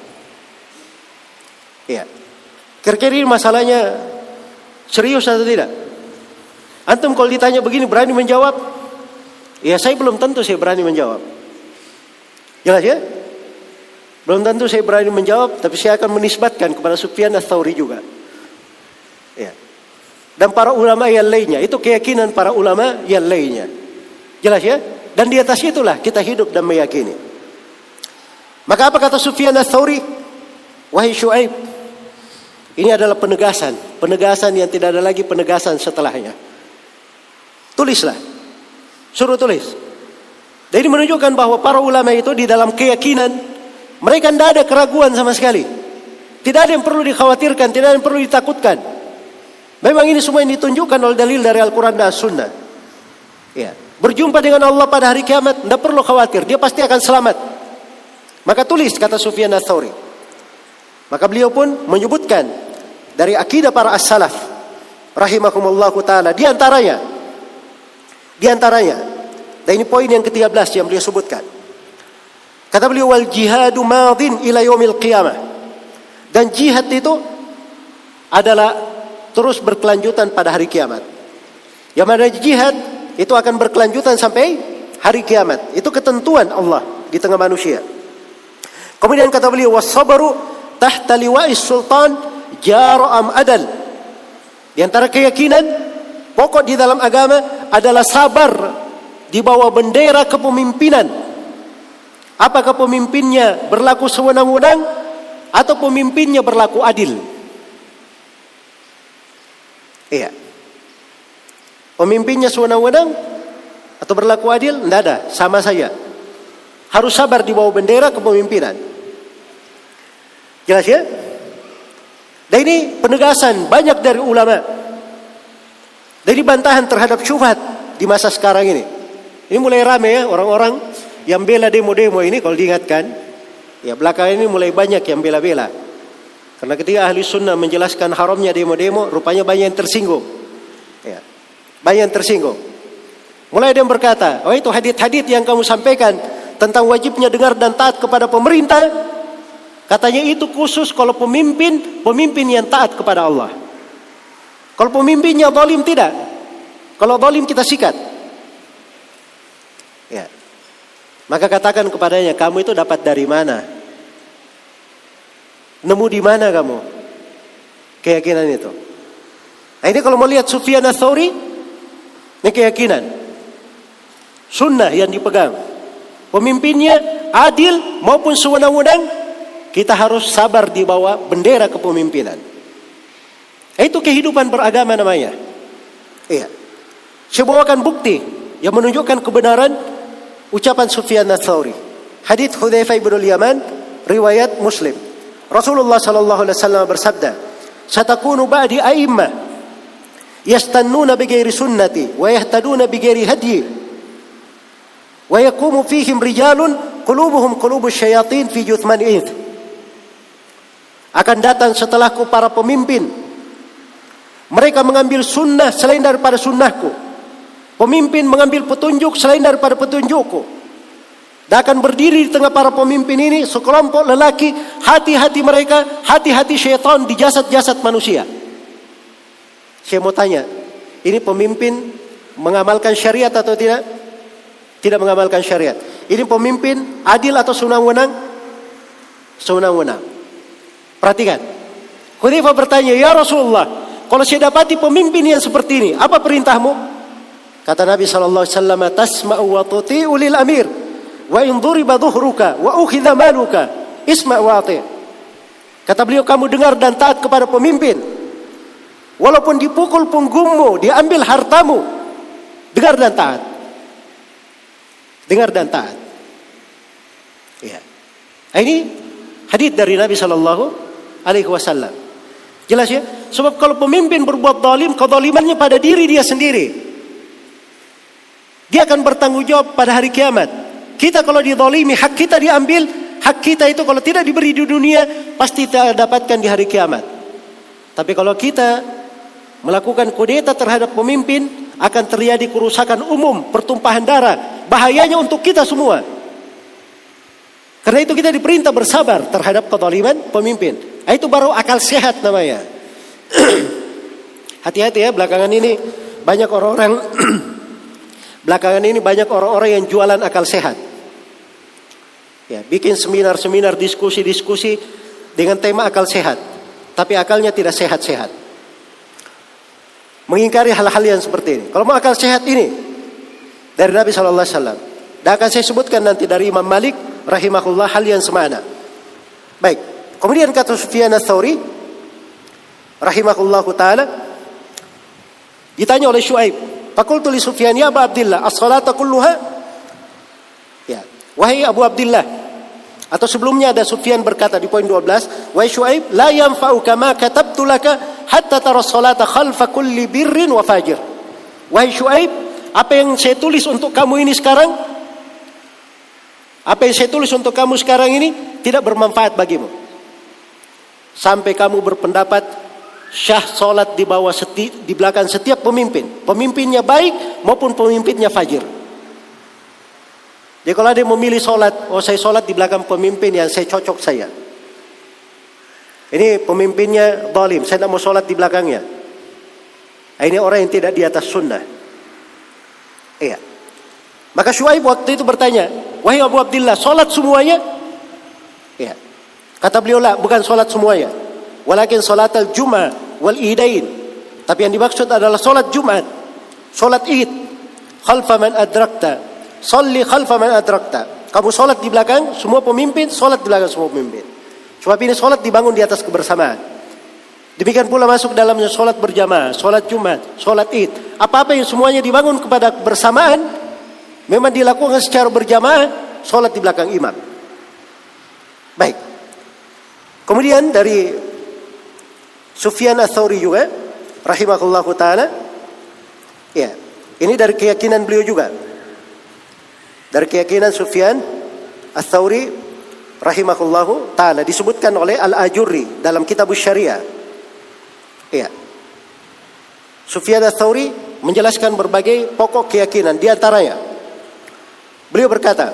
Ya. Kira-kira ini masalahnya serius atau tidak? Antum kalau ditanya begini berani menjawab? Ya saya belum tentu saya berani menjawab. Jelas ya? Belum tentu saya berani menjawab, tapi saya akan menisbatkan kepada Sufyan Ats-Tsauri juga. Ya. Dan para ulama yang lainnya, itu keyakinan para ulama yang lainnya. Jelas ya? Dan di atas itulah kita hidup dan meyakini. Maka apa kata Sufyan Ats-Tsauri? Wahai Syuaib, ini adalah penegasan yang tidak ada lagi penegasan setelahnya. Tulislah, suruh tulis. Dan ini menunjukkan bahwa para ulama itu di dalam keyakinan mereka tidak ada keraguan sama sekali. Tidak ada yang perlu dikhawatirkan, tidak ada yang perlu ditakutkan. Memang ini semua yang ditunjukkan oleh dalil dari Al-Quran dan As-Sunnah. Ya. Berjumpa dengan Allah pada hari kiamat, tidak perlu khawatir, dia pasti akan selamat. Maka tulis, kata Sufyan Ats-Tsauri. Maka beliau pun menyebutkan dari akidah para as-salaf rahimahumullahu ta'ala. Di antaranya, dan ini poin yang ke-13 yang beliau sebutkan. Kata beliau, wal jihadu madin ila yaumil qiyamah. Dan jihad itu adalah terus berkelanjutan pada hari kiamat. Yang mana jihad itu akan berkelanjutan sampai hari kiamat. Itu ketentuan Allah di tengah manusia. Kemudian kata beliau, was-sabru tahta liwa'is sultan jara'am adal. Di antara keyakinan pokok di dalam agama adalah sabar di bawah bendera kepemimpinan. Apakah pemimpinnya berlaku sewenang-wenang atau pemimpinnya berlaku adil? Iya. Pemimpinnya sewenang-wenang atau berlaku adil? Tidak ada, sama saja. Harus sabar di bawah bendera kepemimpinan. Jelas ya? Dan ini penegasan banyak dari ulama. Dari bantahan terhadap syubhat di masa sekarang ini. Ini mulai ramai ya orang-orang yang bela demo-demo ini kalau diingatkan. Ya belakangan ini mulai banyak yang bela-bela. Karena ketika ahli sunnah menjelaskan haramnya demo-demo, rupanya banyak yang tersinggung. Ya, banyak yang tersinggung. Mulai ada yang berkata, oh itu hadits-hadits yang kamu sampaikan tentang wajibnya dengar dan taat kepada pemerintah. Katanya itu khusus kalau pemimpin yang taat kepada Allah. Kalau pemimpinnya zalim tidak. Kalau zalim kita sikat. Ya. Maka katakan kepadanya, kamu itu dapat dari mana? Nemu di mana kamu keyakinan itu? Nah ini kalau mau lihat Sufyan Ats-Tsauri, ini keyakinan sunnah yang dipegang. Pemimpinnya adil maupun sewenang-wenang, kita harus sabar di bawah bendera kepemimpinan. Itu kehidupan beragama namanya. Iya. Saya bawakan bukti yang menunjukkan kebenaran ucapan Sufyan Ats-Tsauri. Hadits Hudzaifah bin Yaman, riwayat Muslim. Rasulullah sallallahu alaihi wasallam bersabda, "Satakunu ba'di a'immah yastannuna bighairi sunnati wa yahtaduna bighairi hadyi. Wa yaqumu fihim rijalun qulubuhum qulubus syayatin fi juthman ith." Akan datang setelahku para pemimpin. Mereka mengambil sunnah selain daripada sunnahku. Pemimpin mengambil petunjuk selain daripada petunjukku. Dan akan berdiri di tengah para pemimpin ini sekelompok lelaki, hati-hati mereka, hati-hati syaitan di jasad-jasad manusia. Saya mau tanya, ini pemimpin mengamalkan syariat atau tidak? Tidak mengamalkan syariat. Ini pemimpin adil atau sewenang-wenang? Sewenang-wenang. Perhatikan. Hudzaifah bertanya, ya Rasulullah, kalau saya dapati pemimpin yang seperti ini, apa perintahmu? Kata Nabi sallallahu alaihi wasallam, tasma'u wa tuti'u lil amir wa in duriba dhuhruka wa ukhidha maluka isma' wa ati'. Kata beliau, kamu dengar dan taat kepada pemimpin. Walaupun dipukul punggungmu, diambil hartamu, dengar dan taat. Dengar dan taat. Ya. Ini hadits dari Nabi sallallahu alaihi wasallam. Jelas ya? Sebab kalau pemimpin berbuat zalim, kezalimannya pada diri dia sendiri. Dia akan bertanggung jawab pada hari kiamat. Kita kalau dizalimi, hak kita diambil. Hak kita itu kalau tidak diberi di dunia, pasti kita dapatkan di hari kiamat. Tapi kalau kita melakukan kudeta terhadap pemimpin, akan terjadi kerusakan umum, pertumpahan darah. Bahayanya untuk kita semua. Karena itu kita diperintah bersabar terhadap kezaliman pemimpin. Itu baru akal sehat namanya. Hati-hati ya, belakangan ini banyak orang-orang belakangan ini banyak orang-orang yang jualan akal sehat. Ya, bikin seminar-seminar, diskusi-diskusi dengan tema akal sehat, tapi akalnya tidak sehat-sehat. Mengingkari hal-hal yang seperti ini. Kalau mau akal sehat ini dari Nabi SAW. Dan akan saya sebutkan nanti dari Imam Malik rahimahullah hal yang semana. Baik. Kemudian kata Sufyan Ats-Tsauri rahimahullahu taala, ditanya oleh Syuaib, faqultu li Sufyan ya Abu Abdillah, as-salata kulluha? Ya, wahai Abu Abdillah. Atau sebelumnya ada Sufyan berkata di poin 12, wahai Syuaib, la yanfa'uka ma katabtu laka hatta tara as-salata khalfa kulli birrin wa fajir. Wahai Syuaib, apa yang saya tulis untuk kamu ini sekarang, apa yang saya tulis untuk kamu sekarang ini tidak bermanfaat bagimu. Sampai kamu berpendapat syah solat di belakang setiap pemimpin. Pemimpinnya baik maupun pemimpinnya fajir. Jadi kalau ada yang memilih solat, saya solat di belakang pemimpin yang saya cocok saya. Ini pemimpinnya zalim, saya tidak mau solat di belakangnya. Ini orang yang tidak di atas sunnah. Iya. Maka Syuaib waktu itu bertanya, wahai Abu Abdillah, solat semuanya? Ya. Kata beliau, lah, bukan solat semuanya. Walakin solat al-jum'ah wal-idain. Tapi yang dimaksud adalah solat Jumat, solat Id. Khalfa man adrakta. Salli khalfa man adrakta. Kamu solat di belakang semua pemimpin, solat di belakang semua pemimpin. Sebab ini solat dibangun di atas kebersamaan. Demikian pula masuk dalamnya solat berjamaah, solat Jumat, solat Id. Apa-apa yang semuanya dibangun kepada kebersamaan, memang dilakukan secara berjamaah, solat di belakang imam. Baik. Kemudian dari Sufyan Ats-Tsauri juga, rahimahullahu taala, ya, ini dari keyakinan beliau juga. Dari keyakinan Sufyan Ats-Tsauri, rahimahullahu taala, disebutkan oleh Al-Ajurri dalam Kitabus Syariah. Ya. Sufyan Ats-Tsauri menjelaskan berbagai pokok keyakinan, di antaranya beliau berkata,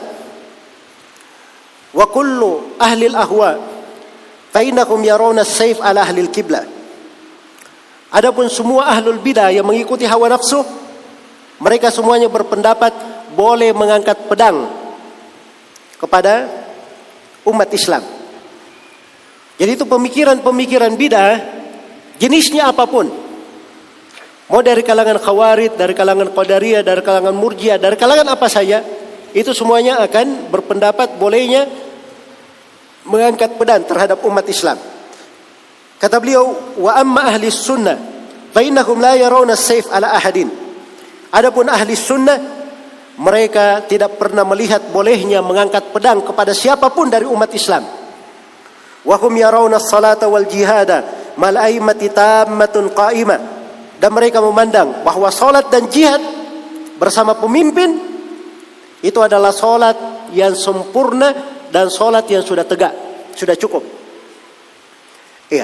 wa kullu ahli al-ahwa fa innahum yarawna as-sayf ala ahli al-qiblah. Adapun semua ahlul bidah yang mengikuti hawa nafsu, mereka semuanya berpendapat boleh mengangkat pedang kepada umat Islam. Jadi itu pemikiran-pemikiran bidah, jenisnya apapun. Mau dari kalangan Khawarij, dari kalangan Qadariyah, dari kalangan Murji'ah, dari kalangan apa saja, itu semuanya akan berpendapat bolehnya mengangkat pedang terhadap umat Islam. Kata beliau, wa amma ahli sunnah fa innahum la yarawna as-sayf ala ahadin. Adapun ahli sunnah, mereka tidak pernah melihat bolehnya mengangkat pedang kepada siapapun dari umat Islam. Wa hum yarawna as-salata wal jihada mal a'immati tammatun qa'imah. Dan mereka memandang bahwa salat dan jihad bersama pemimpin itu adalah solat yang sempurna dan solat yang sudah tegak, sudah cukup. Iya.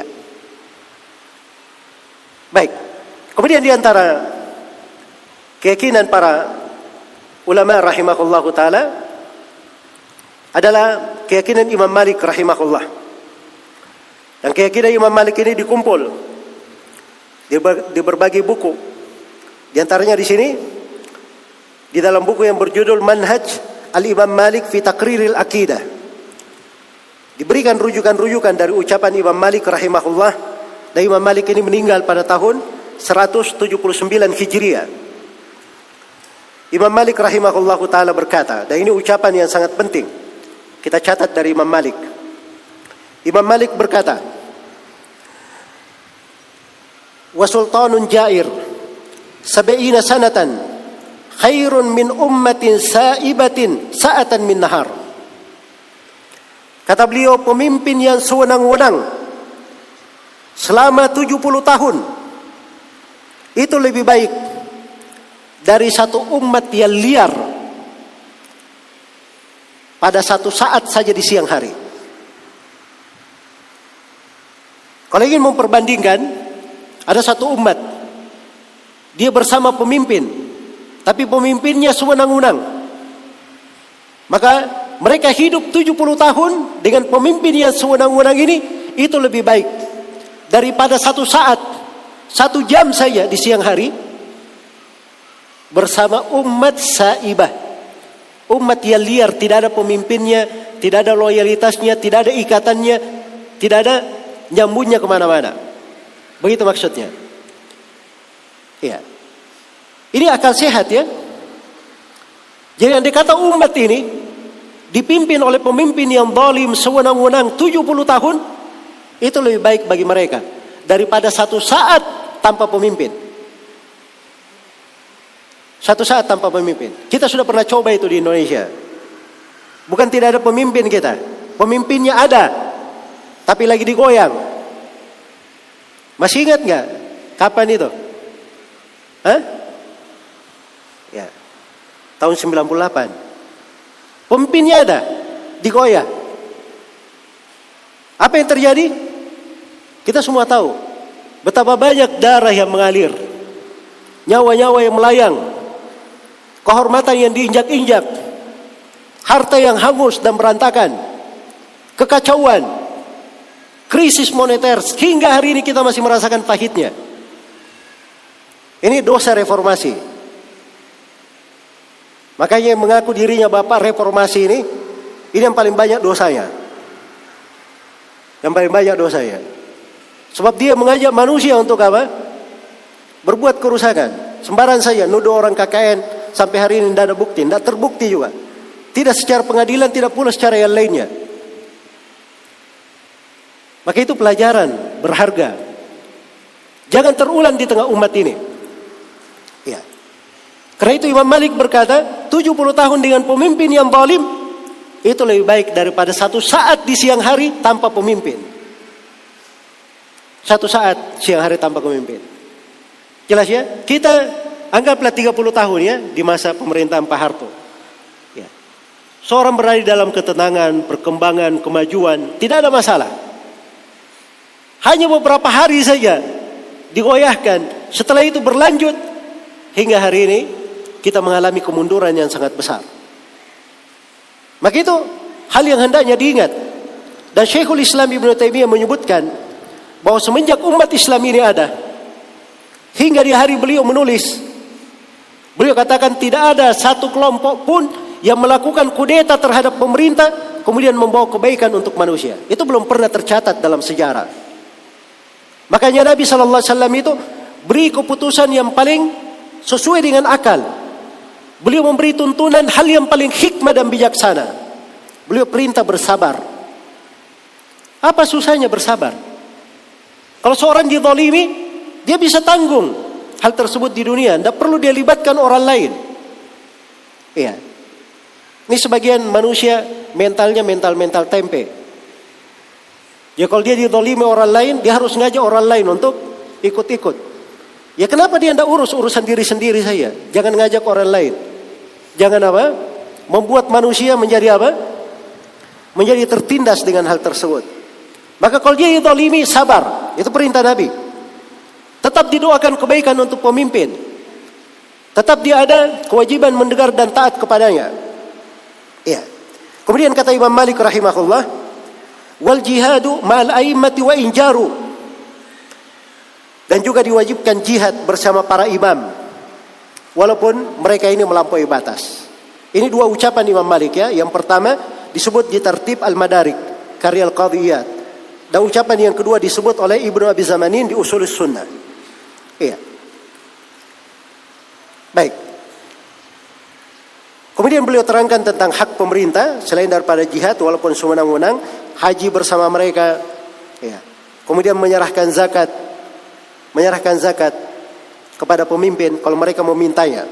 Baik. Kemudian di antara keyakinan para ulama rahimahullahu taala adalah keyakinan Imam Malik rahimahullah. Dan keyakinan Imam Malik ini dikumpul di berbagai buku. Di antaranya di sini, di dalam buku yang berjudul Manhaj Al-Imam Malik fi Taqriril Aqidah, diberikan rujukan-rujukan dari ucapan Imam Malik rahimahullah. Dan Imam Malik ini meninggal pada tahun 179 Hijriah. Imam Malik rahimahullah ta'ala berkata, dan ini ucapan yang sangat penting, kita catat dari Imam Malik. Imam Malik berkata, wa sultanun jair sab'ina sanatan khairun min ummatin sa'ibatin sa'atan min nahar. Kata beliau, pemimpin yang sewenang-wenang selama 70 tahun itu lebih baik dari satu umat yang liar pada satu saat saja di siang hari. Kalau ingin memperbandingkan, ada satu umat, dia bersama pemimpin, tapi pemimpinnya sewenang-wenang. Maka mereka hidup 70 tahun dengan pemimpin yang sewenang-wenang ini, itu lebih baik daripada satu saat, 1 jam saja di siang hari bersama umat saibah. Umat yang liar, tidak ada pemimpinnya, tidak ada loyalitasnya, tidak ada ikatannya, tidak ada nyambungnya kemana-mana. Begitu maksudnya. Ya. Ini akal sehat ya. Jadi yang dikata umat ini dipimpin oleh pemimpin yang zalim sewenang-wenang 70 tahun, itu lebih baik bagi mereka daripada satu saat tanpa pemimpin. Satu saat tanpa pemimpin. Kita sudah pernah coba itu di Indonesia. Bukan tidak ada pemimpin kita. Pemimpinnya ada, tapi lagi digoyang. Masih ingat nggak? Kapan itu? Hah? Ya. Tahun 98. Pemimpinnya ada, digoyah. Apa yang terjadi? Kita semua tahu betapa banyak darah yang mengalir, nyawa-nyawa yang melayang, kehormatan yang diinjak-injak, harta yang hangus dan berantakan, kekacauan, krisis moneter, hingga hari ini kita masih merasakan pahitnya. Ini dosa reformasi. Makanya yang mengaku dirinya bapak reformasi ini yang paling banyak dosanya. Yang paling banyak dosanya. Sebab dia mengajak manusia untuk apa? Berbuat kerusakan. Sembarang saja nuduh orang KKN sampai hari ini tidak ada bukti, tidak terbukti juga. Tidak secara pengadilan, tidak pula secara yang lainnya. Maka itu pelajaran berharga. Jangan terulang di tengah umat ini. Ya. Karena itu Imam Malik berkata, 70 tahun dengan pemimpin yang zalim itu lebih baik daripada satu saat di siang hari tanpa pemimpin. Satu saat siang hari tanpa pemimpin. Jelas ya? Kita anggaplah 30 tahun ya di masa pemerintahan Pak Harto. Ya. Seorang berada dalam ketenangan, perkembangan, kemajuan, tidak ada masalah. Hanya beberapa hari saja digoyahkan. Setelah itu berlanjut hingga hari ini kita mengalami kemunduran yang sangat besar. Maka itu hal yang hendaknya diingat. Dan Syekhul Islam Ibnu Taimiyah menyebutkan bahwa semenjak umat Islam ini ada, hingga di hari beliau menulis, beliau katakan tidak ada satu kelompok pun yang melakukan kudeta terhadap pemerintah kemudian membawa kebaikan untuk manusia. Itu belum pernah tercatat dalam sejarah. Makanya Nabi SAW itu beri keputusan yang paling sesuai dengan akal. Beliau memberi tuntunan hal yang paling hikmah dan bijaksana. Beliau perintah bersabar. Apa susahnya bersabar? Kalau seorang dizalimi, dia bisa tanggung hal tersebut di dunia. Tidak perlu dia libatkan orang lain. Iya. Ini sebagian manusia mentalnya mental tempe. Ya kalau dia dizalimi orang lain, dia harus ngajak orang lain untuk ikut-ikut. Ya kenapa dia tidak urus urusan diri sendiri saja? Jangan ngajak orang lain. Jangan apa? Membuat manusia menjadi apa? Menjadi tertindas dengan hal tersebut. Maka kalau dia zalimi, sabar. Itu perintah Nabi. Tetap didoakan kebaikan untuk pemimpin. Tetap dia ada kewajiban mendengar dan taat kepadanya. Ya. Kemudian kata Imam Malik rahimahullah, wal jihadu ma'al a'immati wa injaru. Dan juga diwajibkan jihad bersama para imam, walaupun mereka ini melampaui batas. Ini dua ucapan Imam Malik ya. Yang pertama disebut di Tartib Al-Madarik, karya Al-Qadhiyat. Dan ucapan yang kedua disebut oleh Ibnu Abi Zamanin di Ushulus Sunnah. Iya. Baik. Kemudian beliau terangkan tentang hak pemerintah selain daripada jihad walaupun sewenang-wenang, haji bersama mereka. Ya. Kemudian menyerahkan zakat kepada pemimpin kalau mereka memintanya.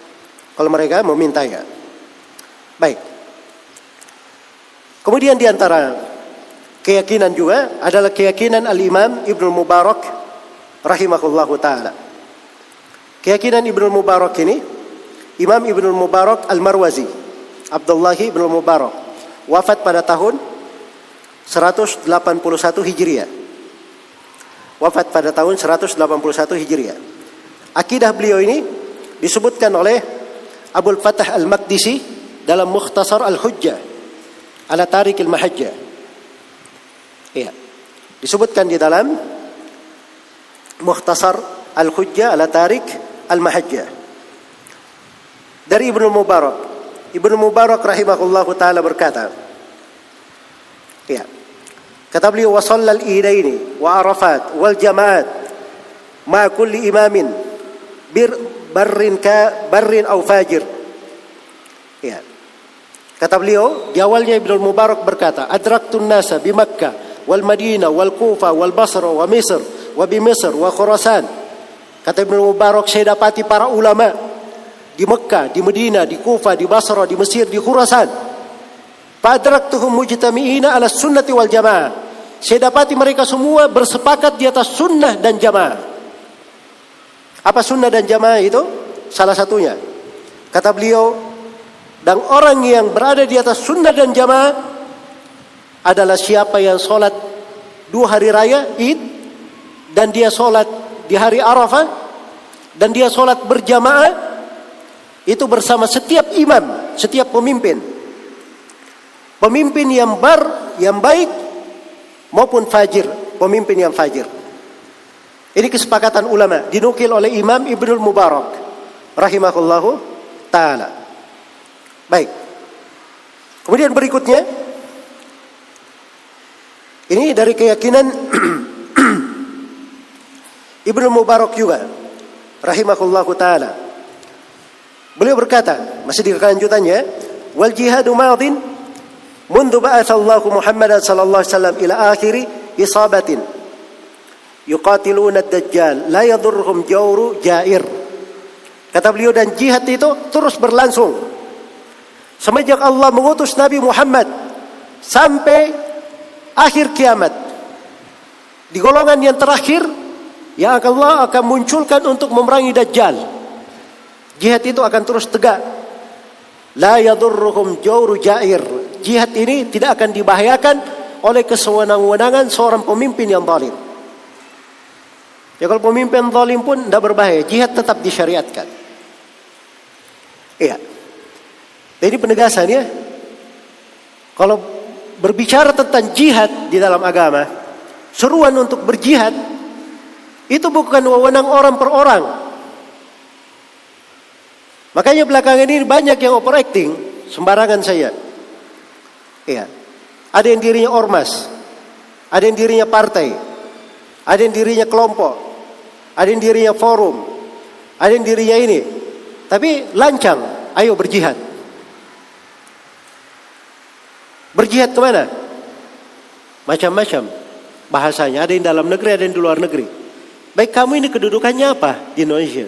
Baik. Kemudian di antara keyakinan juga adalah keyakinan Al-Imam Ibnu Mubarak rahimahullahu taala. Keyakinan Ibnu Mubarak ini, Imam Ibnu Mubarak Al-Marwazi, Abdullah Ibnu Mubarak, wafat pada tahun 181 Hijriah. Wafat pada tahun 181 Hijriah. Akidah beliau ini disebutkan oleh Abul Fatah Al-Maqdisi dalam Mukhtasar Al-Hujjah ala Tariq Al-Mahajjah. Iya. Disebutkan di dalam Mukhtasar Al-Hujjah ala Tariq Al-Mahajjah. dari Ibnu Mubarak. Ibnu Mubarak rahimahullahu taala berkata, ya, kata beliau, wa shallal idaini wa arafat wal jamaat ma kulli imamin barrin aw fajir. Ya. Kata beliau, di awalnya Ibnu Mubarak berkata, adraktun nasa bi Makkah wal Madinah wal Kufa wal Basra wa Misr wa bi Misr wa Khurasan. Kata Ibnu Mubarak, saya dapati para ulama di Mekah, di Madinah, di Kufa, di Basra, di Mesir, di Khurasan. Fadraktuhum mujtami'ina ala sunnati wal jamaah. Saya dapati mereka semua bersepakat di atas sunnah dan jamaah. Apa sunnah dan jamaah itu? Salah satunya, kata beliau, dan orang yang berada di atas sunnah dan jamaah adalah siapa yang sholat 2 hari raya Id, dan dia sholat di hari Arafah, dan dia sholat berjamaah itu bersama setiap imam, setiap pemimpin yang baik maupun fajir, pemimpin yang fajir. Ini kesepakatan ulama, dinukil oleh Imam Ibnu Mubarak rahimahullahu taala. Baik. Kemudian berikutnya, ini dari keyakinan Ibnu Mubarak juga rahimahullahu taala. Beliau berkata, masih di kelanjutannya, wal jihadu madin mundu ba'atsallahu Muhammadan sallallahu alaihi wasallam ila akhiri isabatin yuqatiluna ad-dajjal la yadurruhum jawru jair. Kata beliau, dan jihad itu terus berlangsung semenjak Allah mengutus Nabi Muhammad sampai akhir kiamat. Di golongan yang terakhir yang Allah akan munculkan untuk memerangi Dajjal, jihad itu akan terus tegak. La yadurruhum jawru jair. Jihad ini tidak akan dibahayakan oleh kesewenang-wenangan seorang pemimpin yang zalim. Ya, kalau pemimpin zalim pun tidak berbahaya, jihad tetap disyariatkan. Iya. Ini penegasan ya. Kalau berbicara tentang jihad di dalam agama, seruan untuk berjihad itu bukan wewenang orang per orang. Makanya belakangan ini banyak yang overacting, sembarangan saya. Iya. Ada yang dirinya ormas, ada yang dirinya partai, ada yang dirinya kelompok, ada yang dirinya forum, ada yang dirinya ini. Tapi lancang, ayo berjihad. Berjihad kemana? Macam-macam bahasanya. Ada yang dalam negeri, ada yang di luar negeri. Baik, kamu ini kedudukannya apa di Indonesia?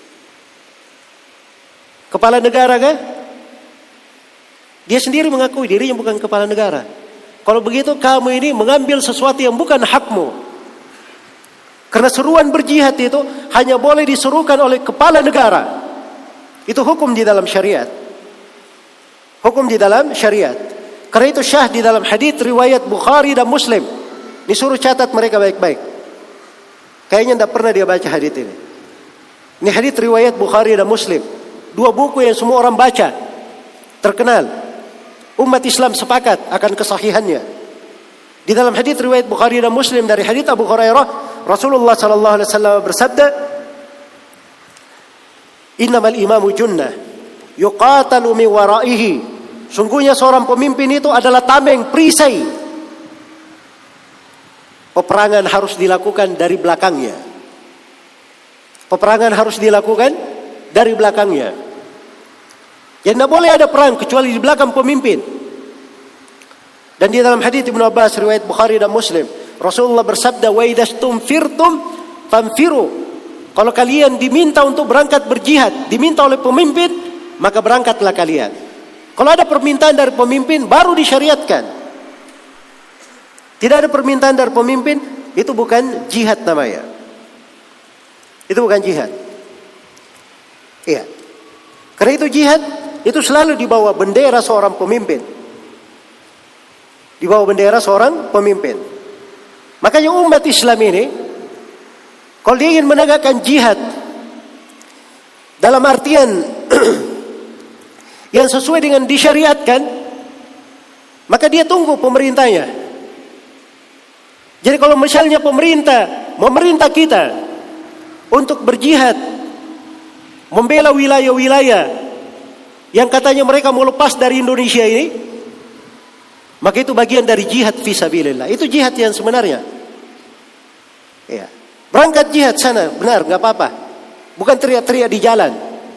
Kepala negara kah? Dia sendiri mengakui dirinya bukan kepala negara. Kalau begitu kamu ini mengambil sesuatu yang bukan hakmu. Karena seruan berjihad itu hanya boleh diserukan oleh kepala negara. Itu hukum di dalam syariat. Hukum di dalam syariat. Karena itu syah di dalam hadits riwayat Bukhari dan Muslim. Disuruh catat mereka baik-baik. Kayaknya tidak pernah dia baca hadits ini. Ini hadits riwayat Bukhari dan Muslim. 2 buku yang semua orang baca. Terkenal. Umat Islam sepakat akan kesahihannya. Di dalam hadits riwayat Bukhari dan Muslim dari hadits Abu Hurairah, Rasulullah sallallahu alaihi wasallam bersabda, "Innamal imamu junnah yuqatalu min waraihi." Sungguhnya seorang pemimpin itu adalah tameng, perisai. Peperangan harus dilakukan dari belakangnya. Peperangan harus dilakukan dari belakangnya. Jadi tidak boleh ada perang kecuali di belakang pemimpin. Dan di dalam hadits Ibnu Abbas riwayat Bukhari dan Muslim, Rasulullah bersabda, "Wa idastum firtum famfiru." Kalau kalian diminta untuk berangkat berjihad, diminta oleh pemimpin, maka berangkatlah kalian. Kalau ada permintaan dari pemimpin, baru disyariatkan. Tidak ada permintaan dari pemimpin, itu bukan jihad namanya. Itu bukan jihad. Iya. Karena itu jihad, itu selalu di bawah bendera seorang pemimpin. Di bawah bendera seorang pemimpin. Makanya umat Islam ini, kalau dia ingin menegakkan jihad, dalam artian yang sesuai dengan disyariatkan, maka dia tunggu pemerintahnya. Jadi kalau misalnya memerintah kita untuk berjihad, membela wilayah-wilayah yang katanya mereka mau lepas dari Indonesia ini, maka itu bagian dari jihad fisabilillah. Itu jihad yang sebenarnya. Ya. Berangkat jihad sana, benar, nggak apa-apa. Bukan teriak-teriak di jalan.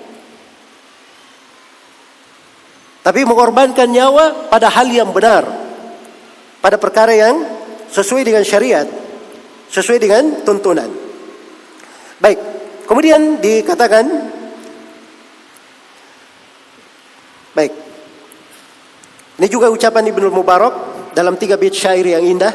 Tapi mengorbankan nyawa pada hal yang benar. Pada perkara yang sesuai dengan syariat. Sesuai dengan tuntunan. Baik. Kemudian dikatakan, baik. Ini juga ucapan Ibnu Mubarak dalam 3 bait syair yang indah.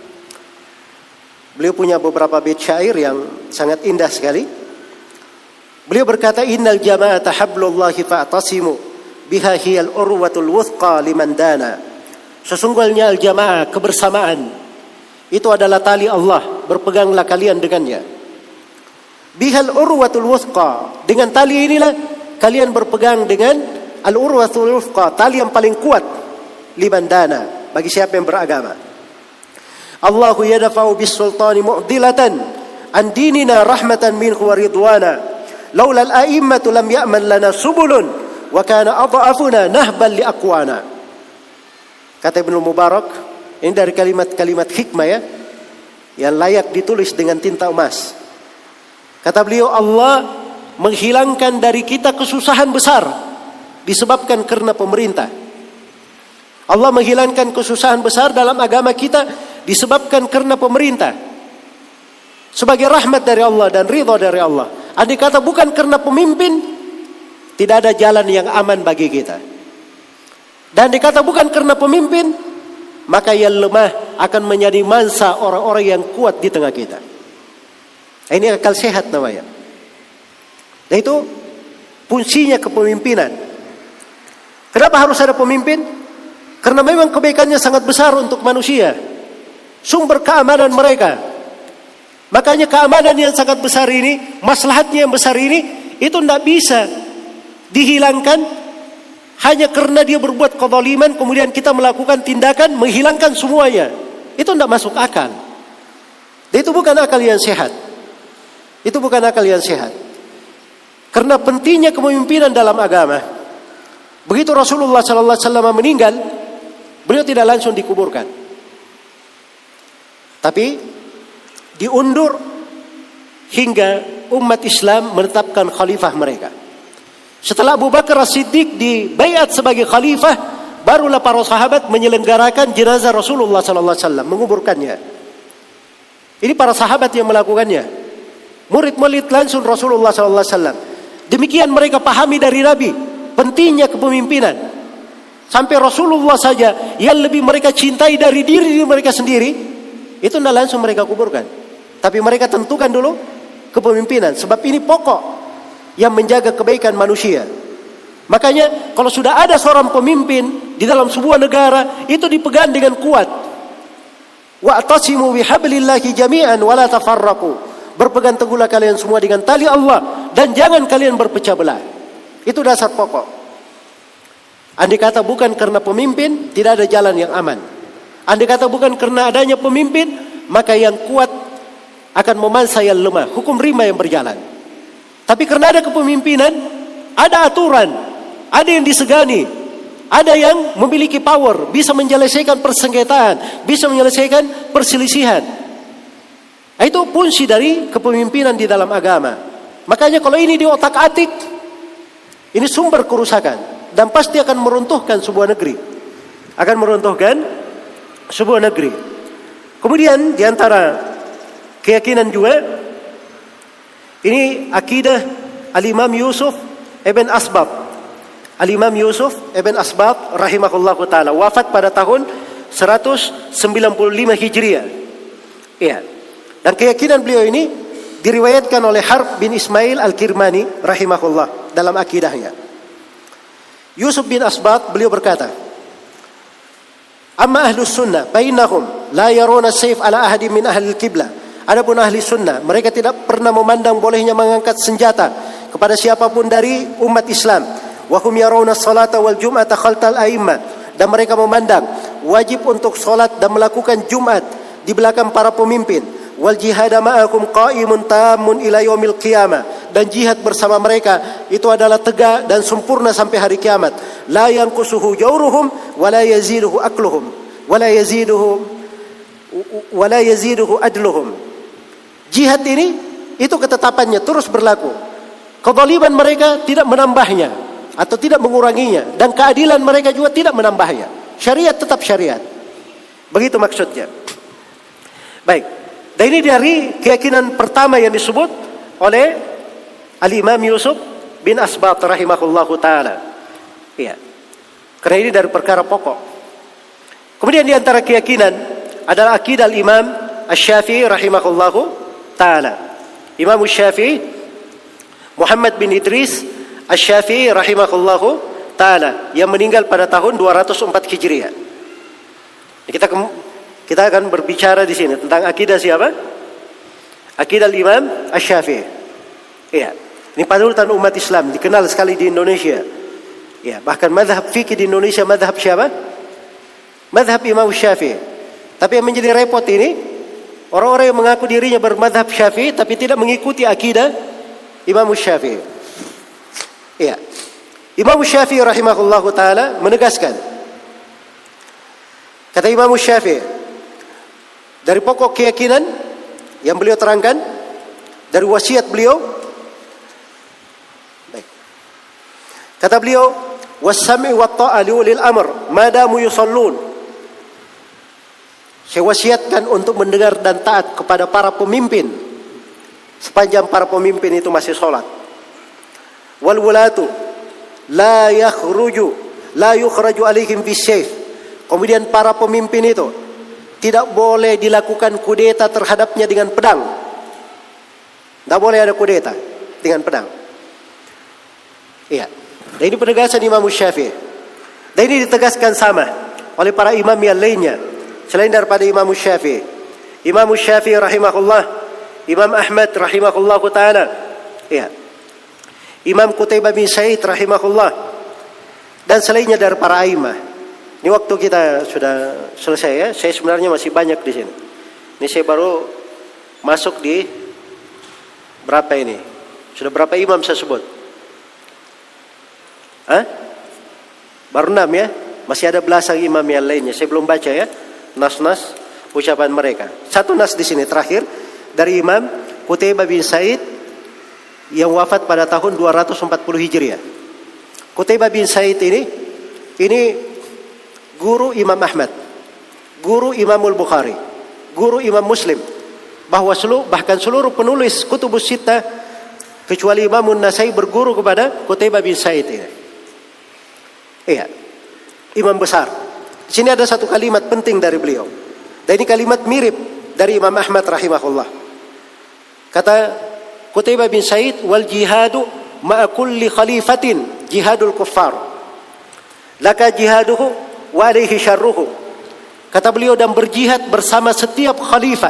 Beliau punya beberapa bait syair yang sangat indah sekali. Beliau berkata, innal jama'ata hablullahi fa'tasimu biha hiyal urwatul wuthqa liman dana. Sesungguhnya al-jamaah, kebersamaan, itu adalah tali Allah, berpeganglah kalian dengannya. Bihal urwatul wuthqa, dengan tali inilah kalian berpegang dengan al-urwatul wuthqa, tali yang paling kuat, liman dana, bagi siapa yang beragama. Allahu yadfa'u bis sultani mu'dilatan an dinina rahmatan minhu wa ridwana. Laula al-a'immatu lam ya'man lana subulun wa kana adhafuna nahban li aqwana. Kata Ibnu Mubarak, ini dari kalimat-kalimat hikmah ya, yang layak ditulis dengan tinta emas. Kata beliau, Allah menghilangkan dari kita kesusahan besar disebabkan karena pemerintah. Allah menghilangkan kesusahan besar dalam agama kita disebabkan karena pemerintah. Sebagai rahmat dari Allah dan ridha dari Allah. Andai kata bukan karena pemimpin, tidak ada jalan yang aman bagi kita. Dan andai kata bukan karena pemimpin, maka yang lemah akan menjadi mangsa orang-orang yang kuat di tengah kita. Ini akal sehat namanya. Dan itu fungsinya kepemimpinan. Kenapa harus ada pemimpin? Karena memang kebaikannya sangat besar untuk manusia. Sumber keamanan mereka. Makanya keamanan yang sangat besar ini, maslahatnya yang besar ini, itu tidak bisa dihilangkan hanya karena dia berbuat kezaliman, kemudian kita melakukan tindakan menghilangkan semuanya. Itu tidak masuk akal. Dan itu bukan akal yang sehat. Itu bukan akal yang sehat. Karena pentingnya kepemimpinan dalam agama. Begitu Rasulullah SAW meninggal, beliau tidak langsung dikuburkan. Tapi diundur hingga umat Islam menetapkan khalifah mereka. Setelah Abu Bakar As-Siddiq dibaiat sebagai khalifah, barulah para sahabat menyelenggarakan jenazah Rasulullah SAW, menguburkannya. Ini para sahabat yang melakukannya. Murid-murid langsung Rasulullah SAW. Demikian mereka pahami dari Nabi pentingnya kepemimpinan. Sampai Rasulullah saja yang lebih mereka cintai dari diri mereka sendiri, itu tidak langsung mereka kuburkan. Tapi mereka tentukan dulu kepemimpinan. Sebab ini pokok yang menjaga kebaikan manusia. Makanya kalau sudah ada seorang pemimpin di dalam sebuah negara, itu dipegang dengan kuat. Wa'tasimu bihablillahi jami'an wa la tafarraqu. Berpegang teguhlah kalian semua dengan tali Allah dan jangan kalian berpecah belah. Itu dasar pokok. Andai kata bukan karena pemimpin, tidak ada jalan yang aman. Andai kata bukan karena adanya pemimpin, maka yang kuat akan memangsa yang lemah. Hukum rima yang berjalan. Tapi karena ada kepemimpinan, ada aturan, ada yang disegani, ada yang memiliki power, bisa menyelesaikan persengketaan, bisa menyelesaikan perselisihan. Itu fungsi dari kepemimpinan di dalam agama. Makanya kalau ini diotak-atik, ini sumber kerusakan dan pasti akan meruntuhkan sebuah negeri. Akan meruntuhkan sebuah negeri. Kemudian di antara keyakinan juga, ini akidah Al-Imam Yusuf Ibn Asbab. Al-Imam Yusuf Ibn Asbab rahimahullahu ta'ala, wafat pada tahun 195 Hijriah. Iya. Dan keyakinan beliau ini diriwayatkan oleh Harb bin Ismail Al-Kirmani rahimahullah dalam akidahnya. Yusuf bin Asbab beliau berkata, amma ahlus sunnah fa'innahum la yaruna sayf ala ahadin min ahli al-qiblah. Adapun ahli sunnah, mereka tidak pernah memandang bolehnya mengangkat senjata kepada siapapun dari umat Islam. Wa hum yarawna salata wal jum'ata khaltal a'immah. Dan mereka memandang wajib untuk salat dan melakukan Jumat di belakang para pemimpin. wal jihad ma'akum qa'imun tamun ila yaumil qiyamah, dan jihad bersama mereka itu adalah tegak dan sempurna sampai hari kiamat. La yanqusuhu jawruhum wa la yaziduhu akluhum wa la yaziduhu adluhum. Jihad ini itu ketetapannya terus berlaku. Kezaliman mereka tidak menambahnya atau tidak menguranginya, dan keadilan mereka juga tidak menambahnya. Syariat tetap syariat. Begitu maksudnya. Baik. Dan ini dari keyakinan pertama yang disebut oleh Al-Imam Yusuf bin Asbat rahimahullahu ta'ala. Iya. Karena ini dari perkara pokok. Kemudian di antara keyakinan adalah akidah Imam Asy-Syafi'i rahimahullahu ta'ala. Imam Asy-Syafi'i Muhammad bin Idris Asy-Syafi'i rahimahullahu ta'ala yang meninggal pada tahun 204 Hijriah. Kita akan berbicara di sini tentang akidah siapa? Akidah Imam Asy-Syafi'i. Iya. Ini panutan umat Islam, dikenal sekali di Indonesia. Ya, bahkan mazhab fikih di Indonesia mazhab siapa? Mazhab Imam Syafi'i. Tapi yang menjadi repot ini, orang-orang yang mengaku dirinya bermazhab Syafi'i tapi tidak mengikuti akidah Imam Syafi'i. Iya. Imam Syafi'i rahimahullahu taala menegaskan, kata Imam Syafi'i, dari pokok keyakinan yang beliau terangkan dari wasiat beliau, baik. Kata beliau, was-sam'i wat-ta'a li ulil amr madamu yusallun. Saya wasiatkan untuk mendengar dan taat kepada para pemimpin sepanjang para pemimpin itu masih sholat. Wal wulatu la yukhraju alaihim bisayf. Kemudian para pemimpin itu tidak boleh dilakukan kudeta terhadapnya dengan pedang. Tidak boleh ada kudeta dengan pedang. Iya. Dan ini penegasan Imam Syafi'i. Dan ini ditegaskan sama oleh para imam yang lainnya selain daripada Imam Syafi'i. Imam Syafi'i rahimahullah, Imam Ahmad rahimahullah ta'ala. Iya. Imam Qutaibah bin Sa'id rahimahullah, dan selainnya dari para imam. Ini waktu kita sudah selesai ya. Saya sebenarnya masih banyak di sini. Ini saya baru masuk di berapa ini? Sudah berapa imam saya sebut? Baru 6 ya. Masih ada belasan imam yang lainnya. Saya belum baca ya nas-nas ucapan mereka. Satu nas di sini terakhir dari Imam Qutaibah bin Sa'id yang wafat pada tahun 240 Hijriah. Qutaibah bin Sa'id ini guru Imam Ahmad, guru Imamul Bukhari, guru Imam Muslim, bahkan seluruh penulis Kutubus Sittah kecuali Imam An-Nasai berguru kepada Qutaibah bin Sa'id ini. Iya, imam besar. Di sini ada satu kalimat penting dari beliau. Dan ini kalimat mirip dari Imam Ahmad rahimahullah. Kata Qutaibah bin Sa'id, wal jihadu ma'a kulli khalifatin jihadul kuffar. Laka jihaduhu wa alaihi syarruhu. Kata beliau, dan berjihad bersama setiap khalifah.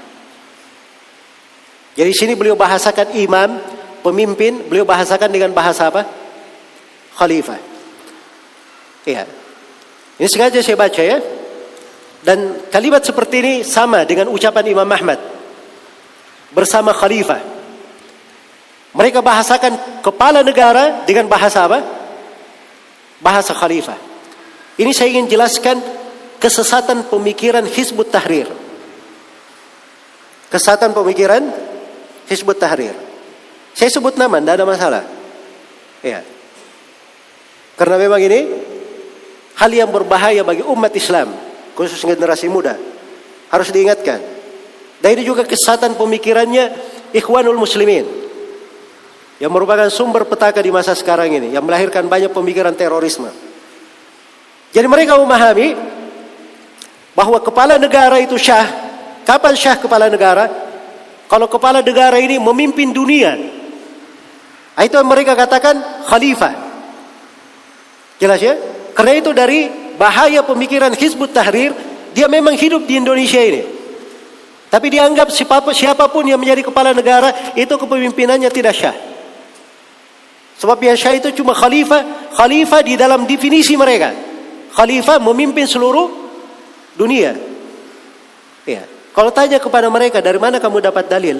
Jadi sini beliau bahasakan imam, pemimpin, beliau bahasakan dengan bahasa apa? Khalifah. Iya. Ini sengaja saya baca ya. Dan kalimat seperti ini sama dengan ucapan Imam Ahmad bersama khalifah. Mereka bahasakan kepala negara dengan bahasa apa? Bahasa khalifah. Ini saya ingin jelaskan kesesatan pemikiran Hizbut Tahrir. Kesesatan pemikiran Hizbut Tahrir. Saya sebut nama, tidak ada masalah. Ya. Karena memang ini hal yang berbahaya bagi umat Islam, khusus generasi muda. Harus diingatkan. Dan ini juga kesesatan pemikirannya Ikhwanul Muslimin, yang merupakan sumber petaka di masa sekarang ini, yang melahirkan banyak pemikiran terorisme. Jadi mereka memahami bahwa kepala negara itu syah. Kapan syah kepala negara? Kalau kepala negara ini memimpin dunia. Itu yang mereka katakan khalifah. Jelas ya? Karena itu dari bahaya pemikiran Hizbut Tahrir, dia memang hidup di Indonesia ini. Tapi dianggap siapapun yang menjadi kepala negara itu kepemimpinannya tidak syah. Sebab yang syah itu cuma khalifah. Khalifah di dalam definisi mereka, khalifah memimpin seluruh dunia. Ya. Kalau tanya kepada mereka, dari mana kamu dapat dalil?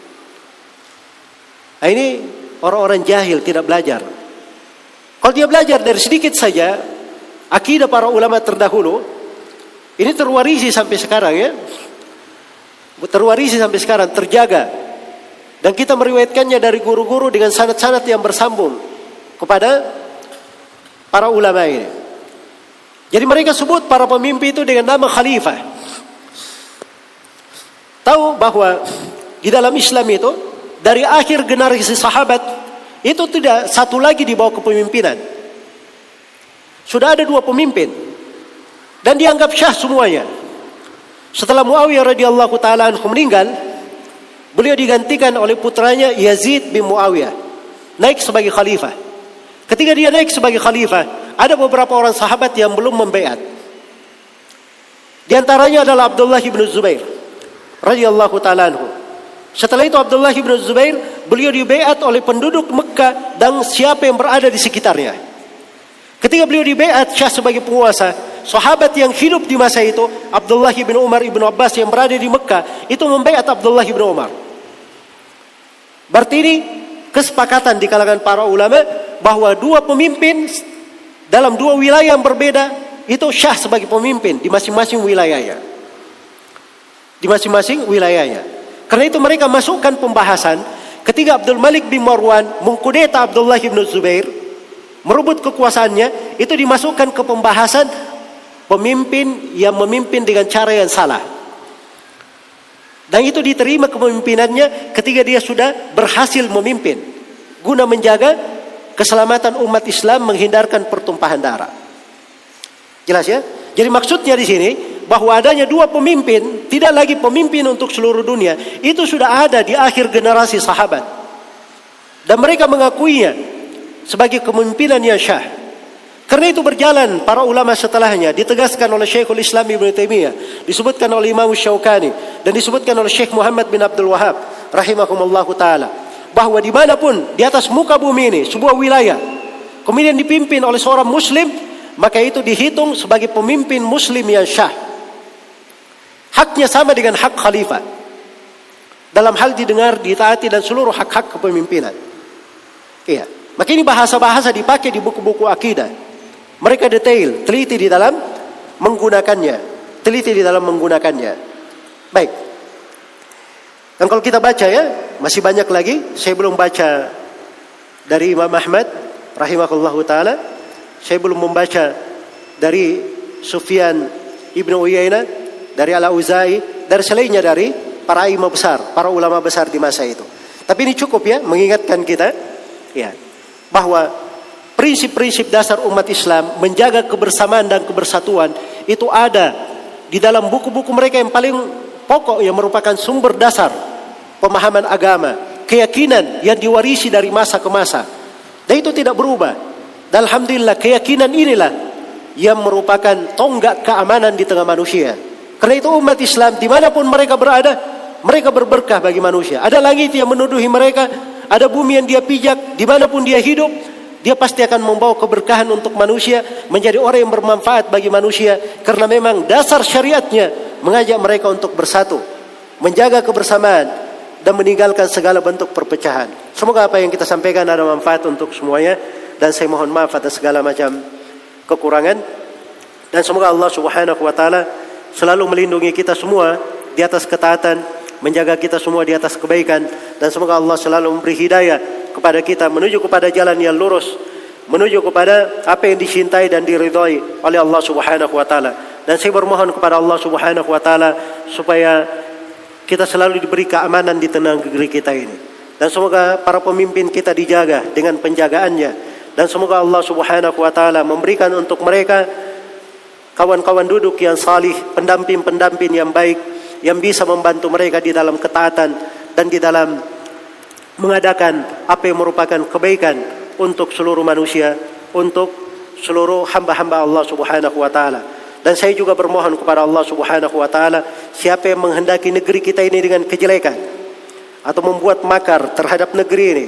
Nah, ini orang-orang jahil, tidak belajar. Kalau dia belajar dari sedikit saja, akidah para ulama terdahulu, ini terwarisi sampai sekarang ya. Terwarisi sampai sekarang, terjaga. Dan kita meriwayatkannya dari guru-guru dengan sanad-sanad yang bersambung kepada para ulama ini. Jadi mereka sebut para pemimpin itu dengan nama khalifah. Tahu bahwa di dalam Islam itu dari akhir generasi sahabat itu tidak satu lagi di bawah kepemimpinan. Sudah ada 2 pemimpin dan dianggap syah semuanya. Setelah Muawiyah radhiyallahu taala anhu meninggal, beliau digantikan oleh putranya Yazid bin Muawiyah naik sebagai khalifah. Ketika dia naik sebagai khalifah, ada beberapa orang sahabat yang belum membaiat. Di antaranya adalah Abdullah bin Zubair radhiyallahu taala anhu. Setelah itu Abdullah bin Zubair beliau dibaiat oleh penduduk Mekah dan siapa yang berada di sekitarnya. Ketika beliau dibaiat syah sebagai penguasa, sahabat yang hidup di masa itu, Abdullah bin Umar ibn Abbas yang berada di Mekah, itu membaiat Abdullah bin Umar. Berarti ini kesepakatan di kalangan para ulama bahwa 2 pemimpin dalam 2 wilayah yang berbeda itu syah sebagai pemimpin di masing-masing wilayahnya. Di masing-masing wilayahnya. Karena itu mereka masukkan pembahasan ketika Abdul Malik bin Marwan mengkudeta Abdullah bin Zubair, merebut kekuasaannya, itu dimasukkan ke pembahasan pemimpin yang memimpin dengan cara yang salah. Dan itu diterima kepemimpinannya ketika dia sudah berhasil memimpin guna menjaga keselamatan umat Islam, menghindarkan pertumpahan darah. Jelas ya? Jadi maksudnya di sini bahwa adanya 2 pemimpin, tidak lagi pemimpin untuk seluruh dunia, itu sudah ada di akhir generasi sahabat. Dan mereka mengakuinya sebagai kepemimpinan yang syah. Karena itu berjalan para ulama setelahnya, ditegaskan oleh Syekhul Islam Ibnu Taimiyah, disebutkan oleh Imam Syaukani, dan disebutkan oleh Syekh Muhammad bin Abdul Wahab rahimahumullahu taala, bahwa dimanapun di atas muka bumi ini sebuah wilayah kemudian dipimpin oleh seorang muslim, maka itu dihitung sebagai pemimpin muslim yang syah. Haknya sama dengan hak khalifah dalam hal didengar, ditaati, dan seluruh hak-hak kepemimpinan. Iya. Maka ini bahasa-bahasa dipakai di buku-buku akidah. Mereka detail, teliti di dalam menggunakannya. Baik. Dan kalau kita baca ya, masih banyak lagi. Saya belum baca dari Imam Ahmad rahimahullahu taala. Saya belum membaca dari Sufyan ibnu Uyainah, dari Al-Auza'i, dari selainnya dari para imam besar, para ulama besar di masa itu. Tapi ini cukup ya mengingatkan kita ya bahwa prinsip-prinsip dasar umat Islam menjaga kebersamaan dan kebersatuan itu ada di dalam buku-buku mereka yang paling pokok, yang merupakan sumber dasar pemahaman agama, keyakinan yang diwarisi dari masa ke masa. Dan itu tidak berubah. Dan alhamdulillah keyakinan inilah yang merupakan tonggak keamanan di tengah manusia. Karena itu umat Islam dimanapun mereka berada, mereka berberkah bagi manusia. Ada langit yang menuduhi mereka, ada bumi yang dia pijak, dimanapun dia hidup, dia pasti akan membawa keberkahan untuk manusia, menjadi orang yang bermanfaat bagi manusia. Karena memang dasar syariatnya mengajak mereka untuk bersatu, menjaga kebersamaan, dan meninggalkan segala bentuk perpecahan. Semoga apa yang kita sampaikan ada manfaat untuk semuanya. Dan saya mohon maaf atas segala macam kekurangan. Dan semoga Allah subhanahu wa ta'ala selalu melindungi kita semua di atas ketaatan, menjaga kita semua di atas kebaikan. Dan semoga Allah selalu memberi hidayah kepada kita menuju kepada jalan yang lurus, menuju kepada apa yang dicintai dan diridhai oleh Allah subhanahu wa ta'ala. Dan saya bermohon kepada Allah subhanahu wa ta'ala supaya kita selalu diberi keamanan di tengah negeri kita ini. Dan semoga para pemimpin kita dijaga dengan penjagaannya. Dan semoga Allah subhanahu wa ta'ala memberikan untuk mereka kawan-kawan duduk yang salih, pendamping-pendamping yang baik, yang bisa membantu mereka di dalam ketaatan dan di dalam mengadakan apa yang merupakan kebaikan untuk seluruh manusia, untuk seluruh hamba-hamba Allah subhanahu wa ta'ala. Dan saya juga bermohon kepada Allah subhanahu wa ta'ala, siapa yang menghendaki negeri kita ini dengan kejelekan, atau membuat makar terhadap negeri ini,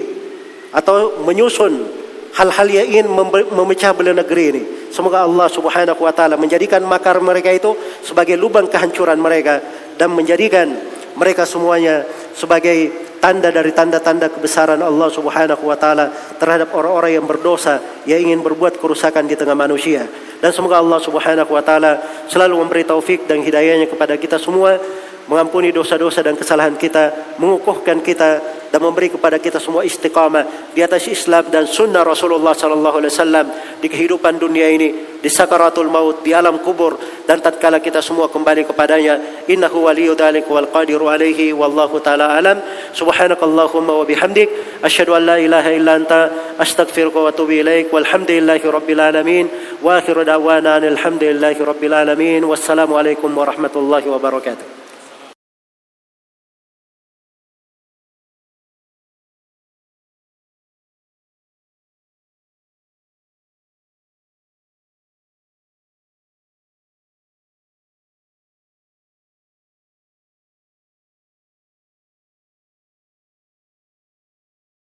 atau menyusun hal-hal yang ingin memecah belah negeri ini, semoga Allah subhanahu wa ta'ala menjadikan makar mereka itu sebagai lubang kehancuran mereka. dan menjadikan mereka semuanya sebagai tanda dari tanda-tanda kebesaran Allah Subhanahu wa taala terhadap orang-orang yang berdosa yang ingin berbuat kerusakan di tengah manusia. Dan semoga Allah Subhanahu wa taala selalu memberi taufik dan hidayahnya kepada kita semua, mengampuni dosa-dosa dan kesalahan kita, mengukuhkan kita dan memberi kepada kita semua istiqamah di atas Islam dan sunnah Rasulullah sallallahu alaihi wasallam di kehidupan dunia ini, di sakaratul maut, di alam kubur, dan tatkala kita semua kembali kepadanya. Innahu waliyyu dzalika wal qadiru alaihi wallahu taala alam. Subhanakallahumma wa bihamdik asyhadu an la ilaha illa anta astaghfiruka wa atubu ilaik. Walhamdulillahi rabbil alamin. Wa akhiru da'wana alhamdulillahi rabbil alamin. Wassalamu alaikum warahmatullahi wabarakatuh.